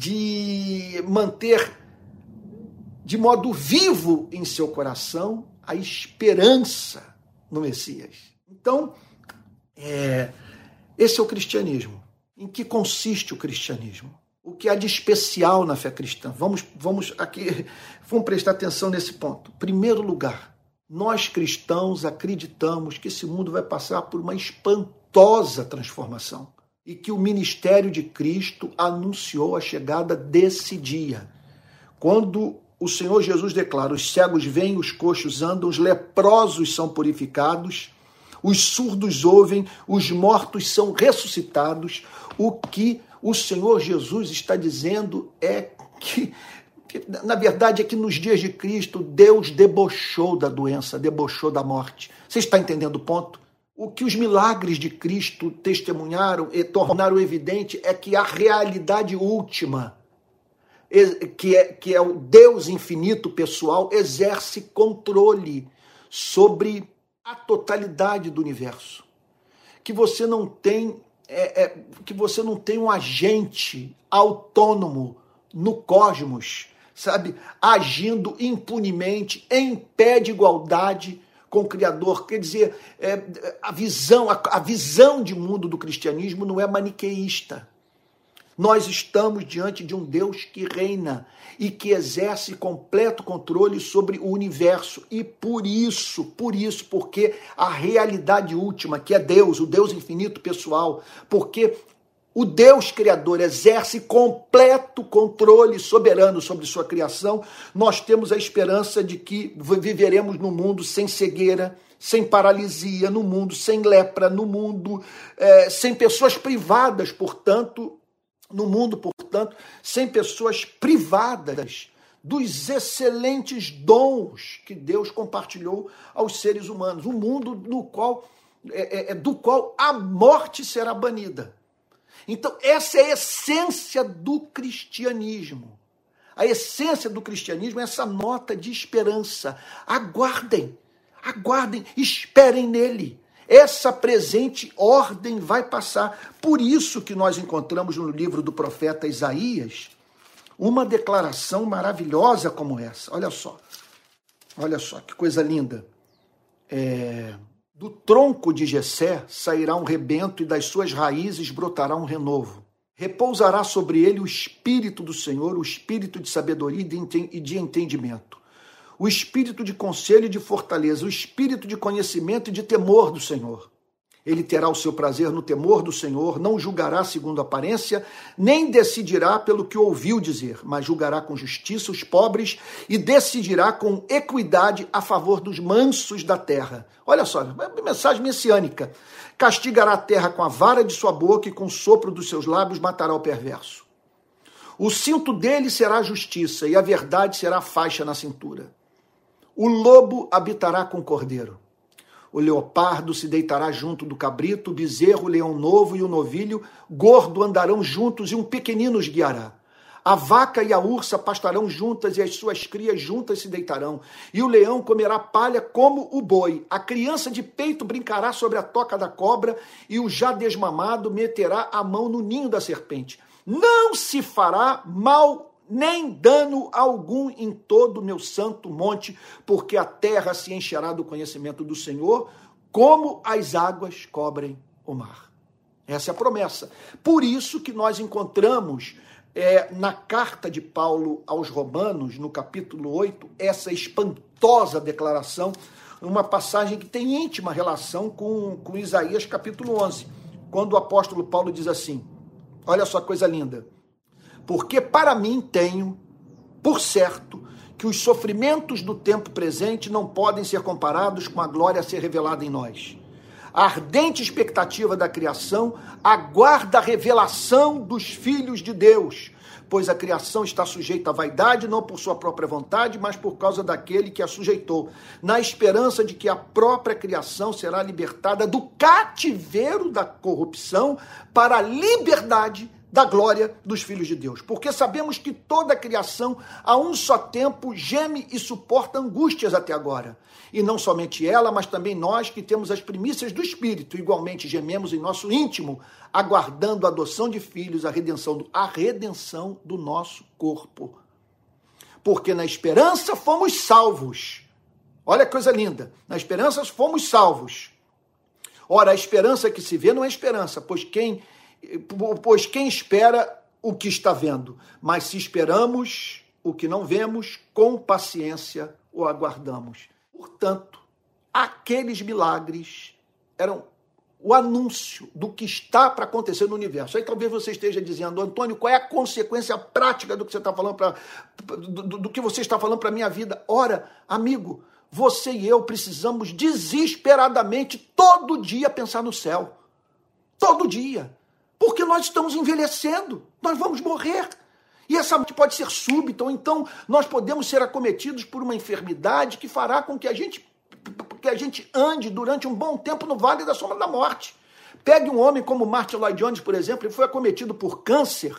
de manter de modo vivo em seu coração a esperança no Messias. Então, é, esse é o cristianismo. Em que consiste o cristianismo? O que há de especial na fé cristã? Vamos, vamos aqui, vamos prestar atenção nesse ponto. Em primeiro lugar, nós cristãos acreditamos que esse mundo vai passar por uma espantosa transformação e que o ministério de Cristo anunciou a chegada desse dia. Quando o Senhor Jesus declara: os cegos veem, os coxos andam, os leprosos são purificados, os surdos ouvem, os mortos são ressuscitados. O que o Senhor Jesus está dizendo é que, que, na verdade, é que nos dias de Cristo, Deus debochou da doença, debochou da morte. Você está entendendo o ponto? O que os milagres de Cristo testemunharam e tornaram evidente é que a realidade última, que é, que é o Deus infinito pessoal, exerce controle sobre a totalidade do universo. Que você não tem, é, é, que você não tem um agente autônomo no cosmos, sabe, agindo impunemente, em pé de igualdade com o Criador. Quer dizer, é, a visão, a, a visão de mundo do cristianismo não é maniqueísta. Nós estamos diante de um Deus que reina e que exerce completo controle sobre o universo. E por isso, por isso, porque a realidade última, que é Deus, o Deus infinito pessoal, porque o Deus Criador exerce completo controle soberano sobre sua criação, nós temos a esperança de que viveremos num mundo sem cegueira, sem paralisia, num mundo sem lepra, num mundo é, sem pessoas privadas, portanto, no mundo, portanto, sem pessoas privadas dos excelentes dons que Deus compartilhou aos seres humanos. Um mundo no qual, é, é, do qual a morte será banida. Então, essa é a essência do cristianismo. A essência do cristianismo é essa nota de esperança. Aguardem, aguardem, esperem nele. Essa presente ordem vai passar. Por isso que nós encontramos no livro do profeta Isaías uma declaração maravilhosa como essa. Olha só, olha só, que coisa linda. É, do tronco de Jessé sairá um rebento e das suas raízes brotará um renovo. Repousará sobre ele o espírito do Senhor, o espírito de sabedoria e de entendimento, o espírito de conselho e de fortaleza, o espírito de conhecimento e de temor do Senhor. Ele terá o seu prazer no temor do Senhor, não julgará segundo a aparência, nem decidirá pelo que ouviu dizer, mas julgará com justiça os pobres e decidirá com equidade a favor dos mansos da terra. Olha só, mensagem messiânica. Castigará a terra com a vara de sua boca e com o sopro dos seus lábios matará o perverso. O cinto dele será a justiça e a verdade será a faixa na cintura. O lobo habitará com o cordeiro. O leopardo se deitará junto do cabrito, o bezerro, o leão novo e o novilho gordo andarão juntos e um pequenino os guiará. A vaca e a ursa pastarão juntas e as suas crias juntas se deitarão. E o leão comerá palha como o boi. A criança de peito brincará sobre a toca da cobra e o já desmamado meterá a mão no ninho da serpente. Não se fará mal nem dano algum em todo o meu santo monte, porque a terra se encherá do conhecimento do Senhor, como as águas cobrem o mar. Essa é a promessa. Por isso que nós encontramos é, na carta de Paulo aos Romanos, no capítulo oito, essa espantosa declaração, uma passagem que tem íntima relação com, com Isaías capítulo onze, quando o apóstolo Paulo diz assim, olha só que coisa linda, porque para mim tenho, por certo, que os sofrimentos do tempo presente não podem ser comparados com a glória a ser revelada em nós. A ardente expectativa da criação aguarda a revelação dos filhos de Deus, pois a criação está sujeita à vaidade, não por sua própria vontade, mas por causa daquele que a sujeitou, na esperança de que a própria criação será libertada do cativeiro da corrupção para a liberdade da glória dos filhos de Deus. Porque sabemos que toda a criação, a um só tempo, geme e suporta angústias até agora. E não somente ela, mas também nós que temos as primícias do Espírito, igualmente gememos em nosso íntimo, aguardando a adoção de filhos, a redenção do, a redenção do nosso corpo. Porque na esperança fomos salvos. Olha que coisa linda. Na esperança fomos salvos. Ora, a esperança que se vê não é esperança, pois quem Pois quem espera o que está vendo, mas se esperamos o que não vemos, com paciência o aguardamos. Portanto, aqueles milagres eram o anúncio do que está para acontecer no universo. Aí talvez você esteja dizendo, Antônio, qual é a consequência prática do que você está falando para do, do que você está falando para a minha vida? Ora, amigo, você e eu precisamos desesperadamente todo dia pensar no céu. Todo dia. Porque nós estamos envelhecendo, nós vamos morrer. E essa morte pode ser súbita, ou então nós podemos ser acometidos por uma enfermidade que fará com que a gente que a gente ande durante um bom tempo no vale da sombra da morte. Pegue um homem como Martin Lloyd Jones, por exemplo, ele foi acometido por câncer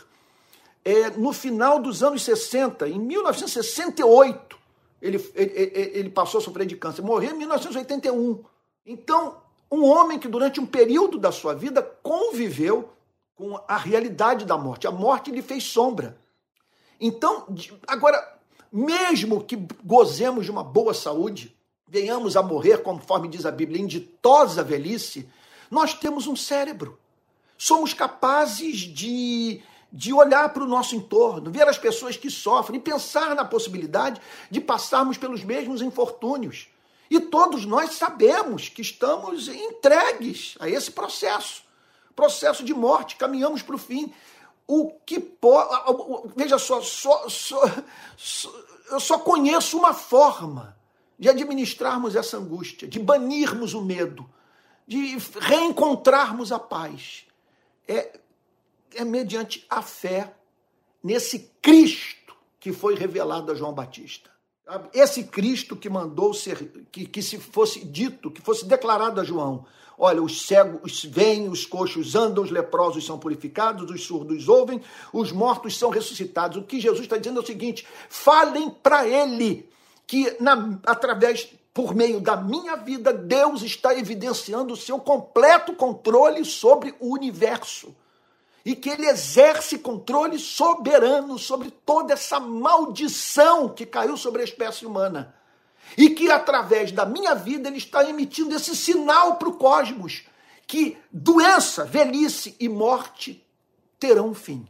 é, no final dos anos sessenta, em mil novecentos e sessenta e oito, ele, ele, ele passou a sofrer de câncer, morreu em mil novecentos e oitenta e um. Então, um homem que durante um período da sua vida conviveu com a realidade da morte. A morte lhe fez sombra. Então, agora, mesmo que gozemos de uma boa saúde, venhamos a morrer, conforme diz a Bíblia, em ditosa velhice, nós temos um cérebro. Somos capazes de, de olhar para o nosso entorno, ver as pessoas que sofrem e pensar na possibilidade de passarmos pelos mesmos infortúnios. E todos nós sabemos que estamos entregues a esse processo, processo de morte, caminhamos para o fim. O que pode... Veja só, só, só, só, eu só conheço uma forma de administrarmos essa angústia, de banirmos o medo, de reencontrarmos a paz. É, é mediante a fé nesse Cristo que foi revelado a João Batista. Esse Cristo que mandou ser, que, que se fosse dito, que fosse declarado a João: olha, os cegos veem, os coxos andam, os leprosos são purificados, os surdos ouvem, os mortos são ressuscitados. O que Jesus está dizendo é o seguinte: falem para ele que, na, através, por meio da minha vida, Deus está evidenciando o seu completo controle sobre o universo. E que ele exerce controle soberano sobre toda essa maldição que caiu sobre a espécie humana. E que, através da minha vida, ele está emitindo esse sinal para o cosmos, que doença, velhice e morte terão um fim.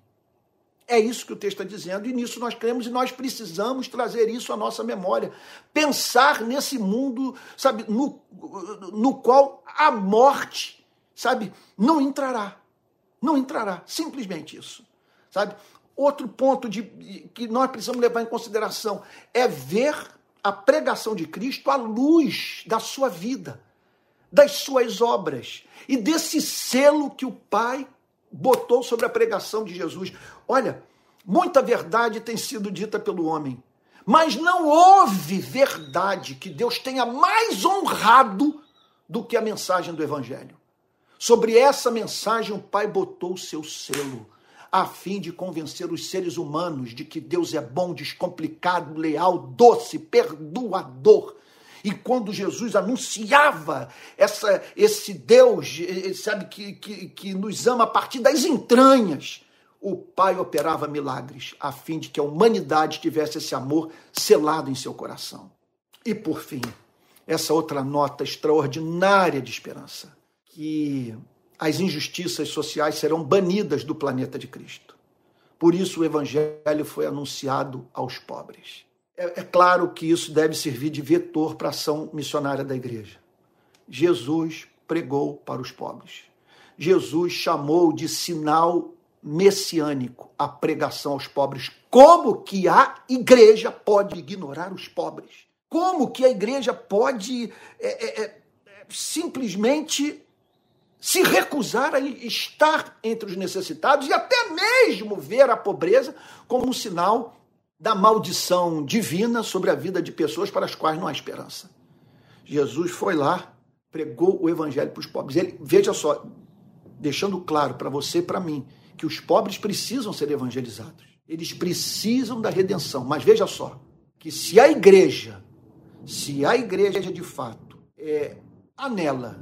É isso que o texto está dizendo, e nisso nós cremos, e nós precisamos trazer isso à nossa memória. Pensar nesse mundo, sabe, no, no qual a morte, sabe, não entrará. Não entrará, simplesmente isso, sabe? Outro ponto de, que nós precisamos levar em consideração é ver a pregação de Cristo à luz da sua vida, das suas obras e desse selo que o Pai botou sobre a pregação de Jesus. Olha, muita verdade tem sido dita pelo homem, mas não houve verdade que Deus tenha mais honrado do que a mensagem do Evangelho. Sobre essa mensagem, o Pai botou o seu selo, a fim de convencer os seres humanos de que Deus é bom, descomplicado, leal, doce, perdoador. E quando Jesus anunciava essa, esse Deus, sabe, que, que, que nos ama a partir das entranhas, o Pai operava milagres, a fim de que a humanidade tivesse esse amor selado em seu coração. E, por fim, essa outra nota extraordinária de esperança: que as injustiças sociais serão banidas do planeta de Cristo. Por isso o Evangelho foi anunciado aos pobres. É, é claro que isso deve servir de vetor para a ação missionária da igreja. Jesus pregou para os pobres. Jesus chamou de sinal messiânico a pregação aos pobres. Como que a igreja pode ignorar os pobres? Como que a igreja pode é, é, é, simplesmente se recusar a estar entre os necessitados e até mesmo ver a pobreza como um sinal da maldição divina sobre a vida de pessoas para as quais não há esperança? Jesus foi lá, pregou o Evangelho para os pobres. Ele, veja só, deixando claro para você e para mim, que os pobres precisam ser evangelizados. Eles precisam da redenção. Mas veja só, que se a igreja, se a igreja de fato é, anela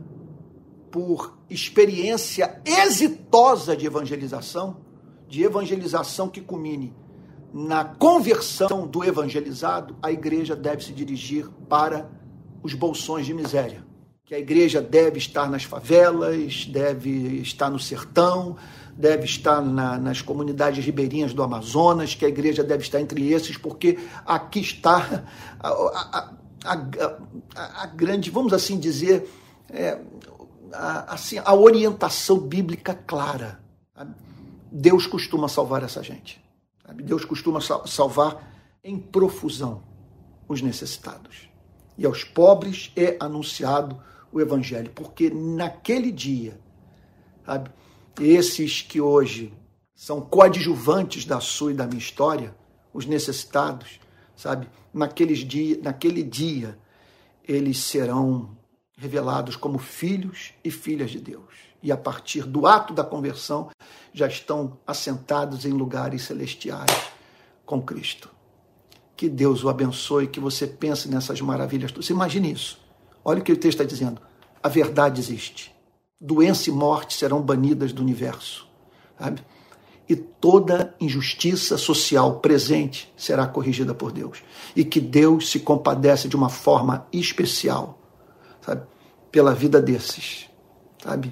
por experiência exitosa de evangelização, de evangelização que culmine na conversão do evangelizado, a igreja deve se dirigir para os bolsões de miséria. Que a igreja deve estar nas favelas, deve estar no sertão, deve estar na, nas comunidades ribeirinhas do Amazonas, que a igreja deve estar entre esses, porque aqui está a, a, a, a, a grande, vamos assim dizer, é, a, assim, a orientação bíblica clara. Sabe? Deus costuma salvar essa gente. Sabe? Deus costuma salvar em profusão os necessitados. E aos pobres é anunciado o Evangelho, porque naquele dia, sabe, esses que hoje são coadjuvantes da sua e da minha história, os necessitados, sabe, naqueles dia, naquele dia, eles serão revelados como filhos e filhas de Deus. E a partir do ato da conversão, já estão assentados em lugares celestiais com Cristo. Que Deus o abençoe, que você pense nessas maravilhas. Você imagine isso. Olha o que o texto está dizendo. A verdade existe. Doença e morte serão banidas do universo. Sabe? E toda injustiça social presente será corrigida por Deus. E que Deus se compadece de uma forma especial, sabe? Pela vida desses. Sabe?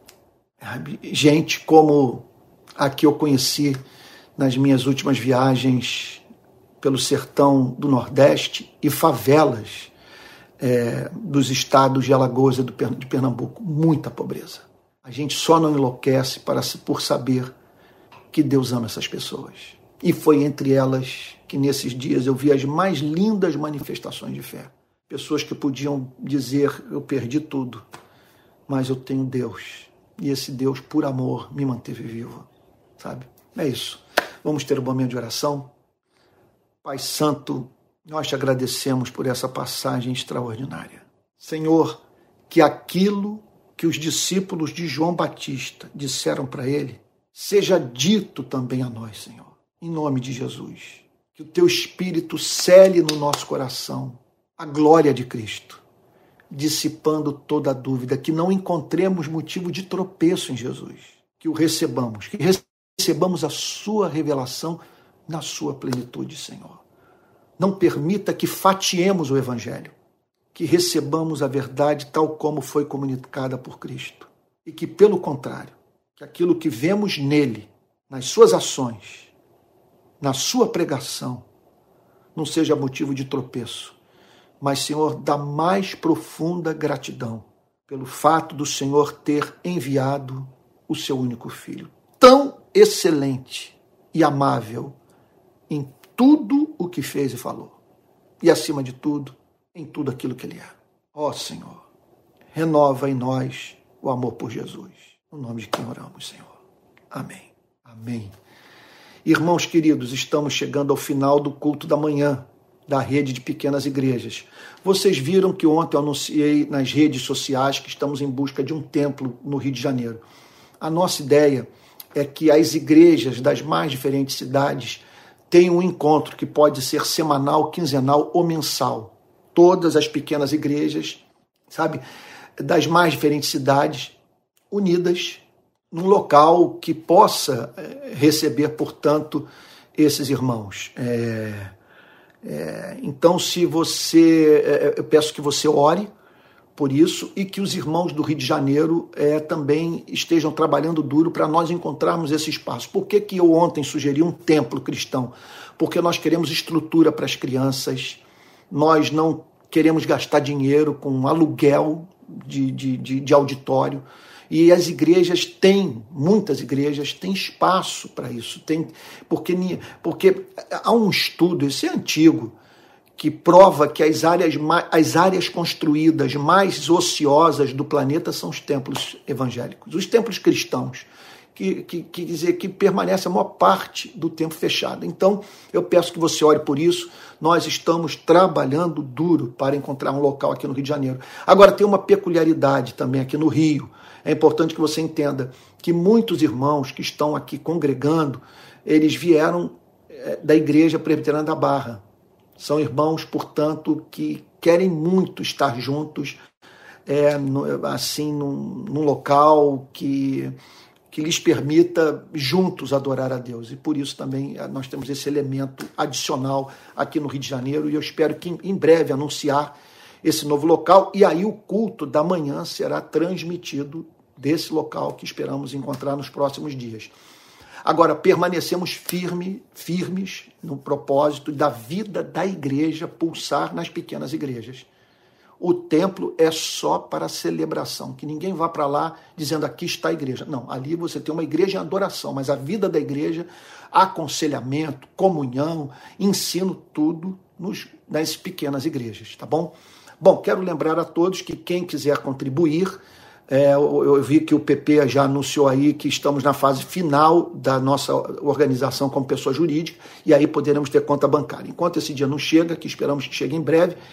Gente como a que eu conheci nas minhas últimas viagens pelo sertão do Nordeste e favelas é, dos estados de Alagoas e de Pernambuco. Muita pobreza. A gente só não enlouquece para, por saber que Deus ama essas pessoas. E foi entre elas que nesses dias eu vi as mais lindas manifestações de fé. Pessoas que podiam dizer, eu perdi tudo, mas eu tenho Deus. E esse Deus, por amor, me manteve vivo. Sabe? É isso. Vamos ter um momento de oração. Pai Santo, nós te agradecemos por essa passagem extraordinária. Senhor, que aquilo que os discípulos de João Batista disseram para ele, seja dito também a nós, Senhor, em nome de Jesus. Que o teu Espírito cele no nosso coração a glória de Cristo, dissipando toda a dúvida, que não encontremos motivo de tropeço em Jesus, que o recebamos, que recebamos a sua revelação na sua plenitude, Senhor. Não permita que fatiemos o Evangelho, que recebamos a verdade tal como foi comunicada por Cristo, e que, pelo contrário, que aquilo que vemos nele, nas suas ações, na sua pregação, não seja motivo de tropeço, mas, Senhor, da mais profunda gratidão pelo fato do Senhor ter enviado o seu único Filho, tão excelente e amável em tudo o que fez e falou, e, acima de tudo, em tudo aquilo que ele é. Ó Senhor, renova em nós o amor por Jesus. No nome de quem oramos, Senhor. Amém. Amém. Irmãos queridos, estamos chegando ao final do culto da manhã da rede de pequenas igrejas. Vocês viram que ontem eu anunciei nas redes sociais que estamos em busca de um templo no Rio de Janeiro. A nossa ideia é que as igrejas das mais diferentes cidades tenham um encontro que pode ser semanal, quinzenal ou mensal. Todas as pequenas igrejas, sabe, das mais diferentes cidades, unidas num local que possa receber, portanto, esses irmãos. É, é, então, se você, é, eu peço que você ore por isso e que os irmãos do Rio de Janeiro é, também estejam trabalhando duro para nós encontrarmos esse espaço. Por que que eu ontem sugeri um templo cristão? Porque nós queremos estrutura para as crianças, nós não queremos gastar dinheiro com aluguel de, de, de, de auditório. E as igrejas têm, muitas igrejas têm espaço para isso. Tem, porque, porque há um estudo, esse é antigo, que prova que as áreas, as áreas construídas mais ociosas do planeta são os templos evangélicos, os templos cristãos, que, que, que, dizer, que permanecem a maior parte do tempo fechado. Então, eu peço que você ore por isso. Nós estamos trabalhando duro para encontrar um local aqui no Rio de Janeiro. Agora, tem uma peculiaridade também aqui no Rio. É importante que você entenda que muitos irmãos que estão aqui congregando, eles vieram da Igreja Presbiteriana da Barra. São irmãos, portanto, que querem muito estar juntos, é, no, assim, num, num local que, que lhes permita juntos adorar a Deus. E por isso também nós temos esse elemento adicional aqui no Rio de Janeiro, e eu espero que em breve anunciar esse novo local, e aí o culto da manhã será transmitido desse local que esperamos encontrar nos próximos dias. Agora, permanecemos firme, firmes no propósito da vida da igreja pulsar nas pequenas igrejas. O templo é só para celebração, que ninguém vá para lá dizendo aqui está a igreja. Não, ali você tem uma igreja em adoração, mas a vida da igreja, aconselhamento, comunhão, ensino, tudo nos, nas pequenas igrejas, tá bom? Bom, quero lembrar a todos que quem quiser contribuir, é, eu, eu vi que o P P já anunciou aí que estamos na fase final da nossa organização como pessoa jurídica, e aí poderemos ter conta bancária. Enquanto esse dia não chega, que esperamos que chegue em breve,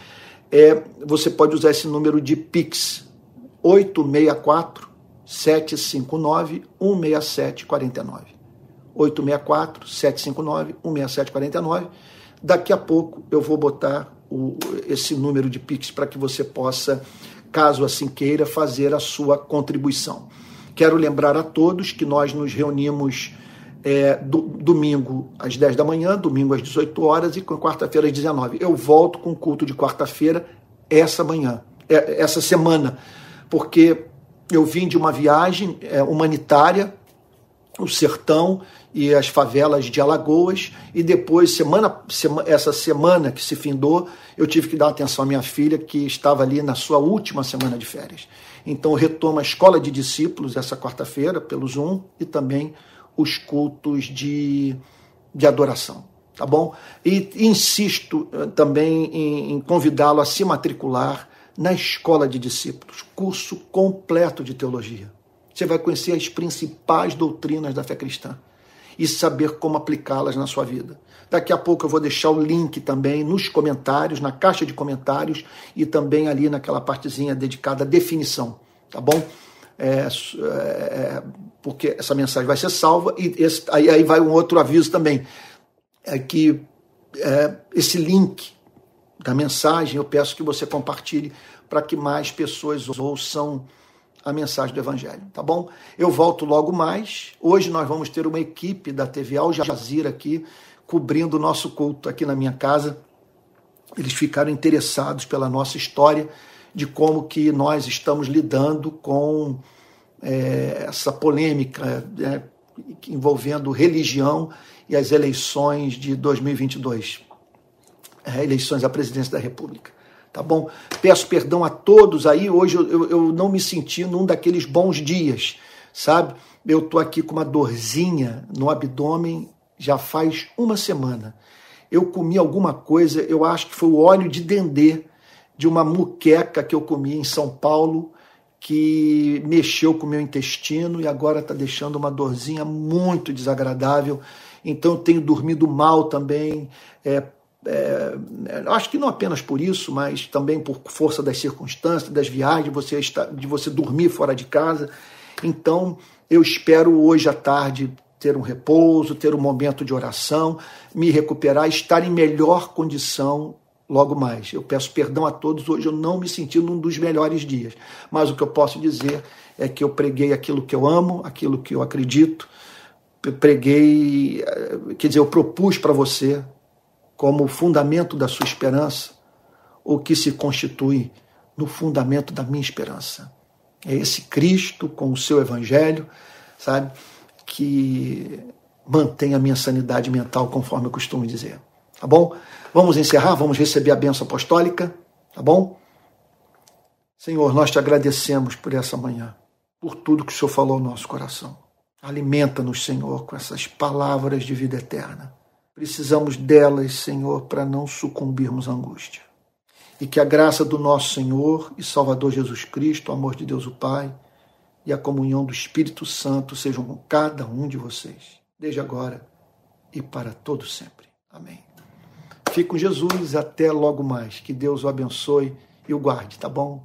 é, você pode usar esse número de Pix, oito seis quatro, sete cinco nove, um seis sete quatro nove. oito seis quatro, sete cinco nove, um seis sete quatro nove. Daqui a pouco eu vou botar o, esse número de Pix para que você possa, caso assim queira, fazer a sua contribuição. Quero lembrar a todos que nós nos reunimos é, do, domingo às dez da manhã, domingo às dezoito horas e quarta-feira às dezenove. Eu volto com o culto de quarta-feira essa manhã, é, essa semana, porque eu vim de uma viagem é, humanitária, o sertão e as favelas de Alagoas, e depois, semana, sema, essa semana que se findou, eu tive que dar atenção à minha filha, que estava ali na sua última semana de férias. Então, eu retomo a Escola de Discípulos essa quarta-feira, pelo Zoom, e também os cultos de, de adoração, tá bom? E insisto também em, em convidá-lo a se matricular na Escola de Discípulos, curso completo de teologia. Você vai conhecer as principais doutrinas da fé cristã e saber como aplicá-las na sua vida. Daqui a pouco eu vou deixar o link também nos comentários, na caixa de comentários e também ali naquela partezinha dedicada à definição, tá bom? É, é, porque essa mensagem vai ser salva e esse, aí, aí vai um outro aviso também, é que é, esse link da mensagem eu peço que você compartilhe para que mais pessoas ouçam a mensagem do Evangelho, tá bom? Eu volto logo mais. Hoje nós vamos ter uma equipe da T V Al Jazeera aqui, cobrindo o nosso culto aqui na minha casa. Eles ficaram interessados pela nossa história, de como que nós estamos lidando com é, essa polêmica né, envolvendo religião e as eleições de dois mil e vinte e dois, é, eleições à presidência da República. Tá bom? Peço perdão a todos aí, hoje eu, eu, eu não me senti num daqueles bons dias, sabe? Eu tô aqui com uma dorzinha no abdômen já faz uma semana. Eu comi alguma coisa, eu acho que foi o óleo de dendê de uma muqueca que eu comi em São Paulo, que mexeu com o meu intestino e agora está deixando uma dorzinha muito desagradável. Então eu tenho dormido mal também, é, É, acho que não apenas por isso, mas também por força das circunstâncias, das viagens, de você, estar, de você dormir fora de casa. Então, eu espero hoje à tarde ter um repouso, ter um momento de oração, me recuperar, estar em melhor condição logo mais. Eu peço perdão a todos, hoje eu não me senti num dos melhores dias, mas o que eu posso dizer é que eu preguei aquilo que eu amo, aquilo que eu acredito, eu preguei, quer dizer, eu propus para você como fundamento da sua esperança, o que se constitui no fundamento da minha esperança. É esse Cristo com o seu evangelho, sabe, que mantém a minha sanidade mental, conforme eu costumo dizer. Tá bom? Vamos encerrar, vamos receber a bênção apostólica, tá bom? Senhor, nós te agradecemos por essa manhã, por tudo que o Senhor falou ao nosso coração. Alimenta-nos, Senhor, com essas palavras de vida eterna. Precisamos delas, Senhor, para não sucumbirmos à angústia. E que a graça do nosso Senhor e Salvador Jesus Cristo, o amor de Deus o Pai e a comunhão do Espírito Santo sejam com cada um de vocês, desde agora e para todo sempre. Amém. Fique com Jesus, até logo mais. Que Deus o abençoe e o guarde, tá bom?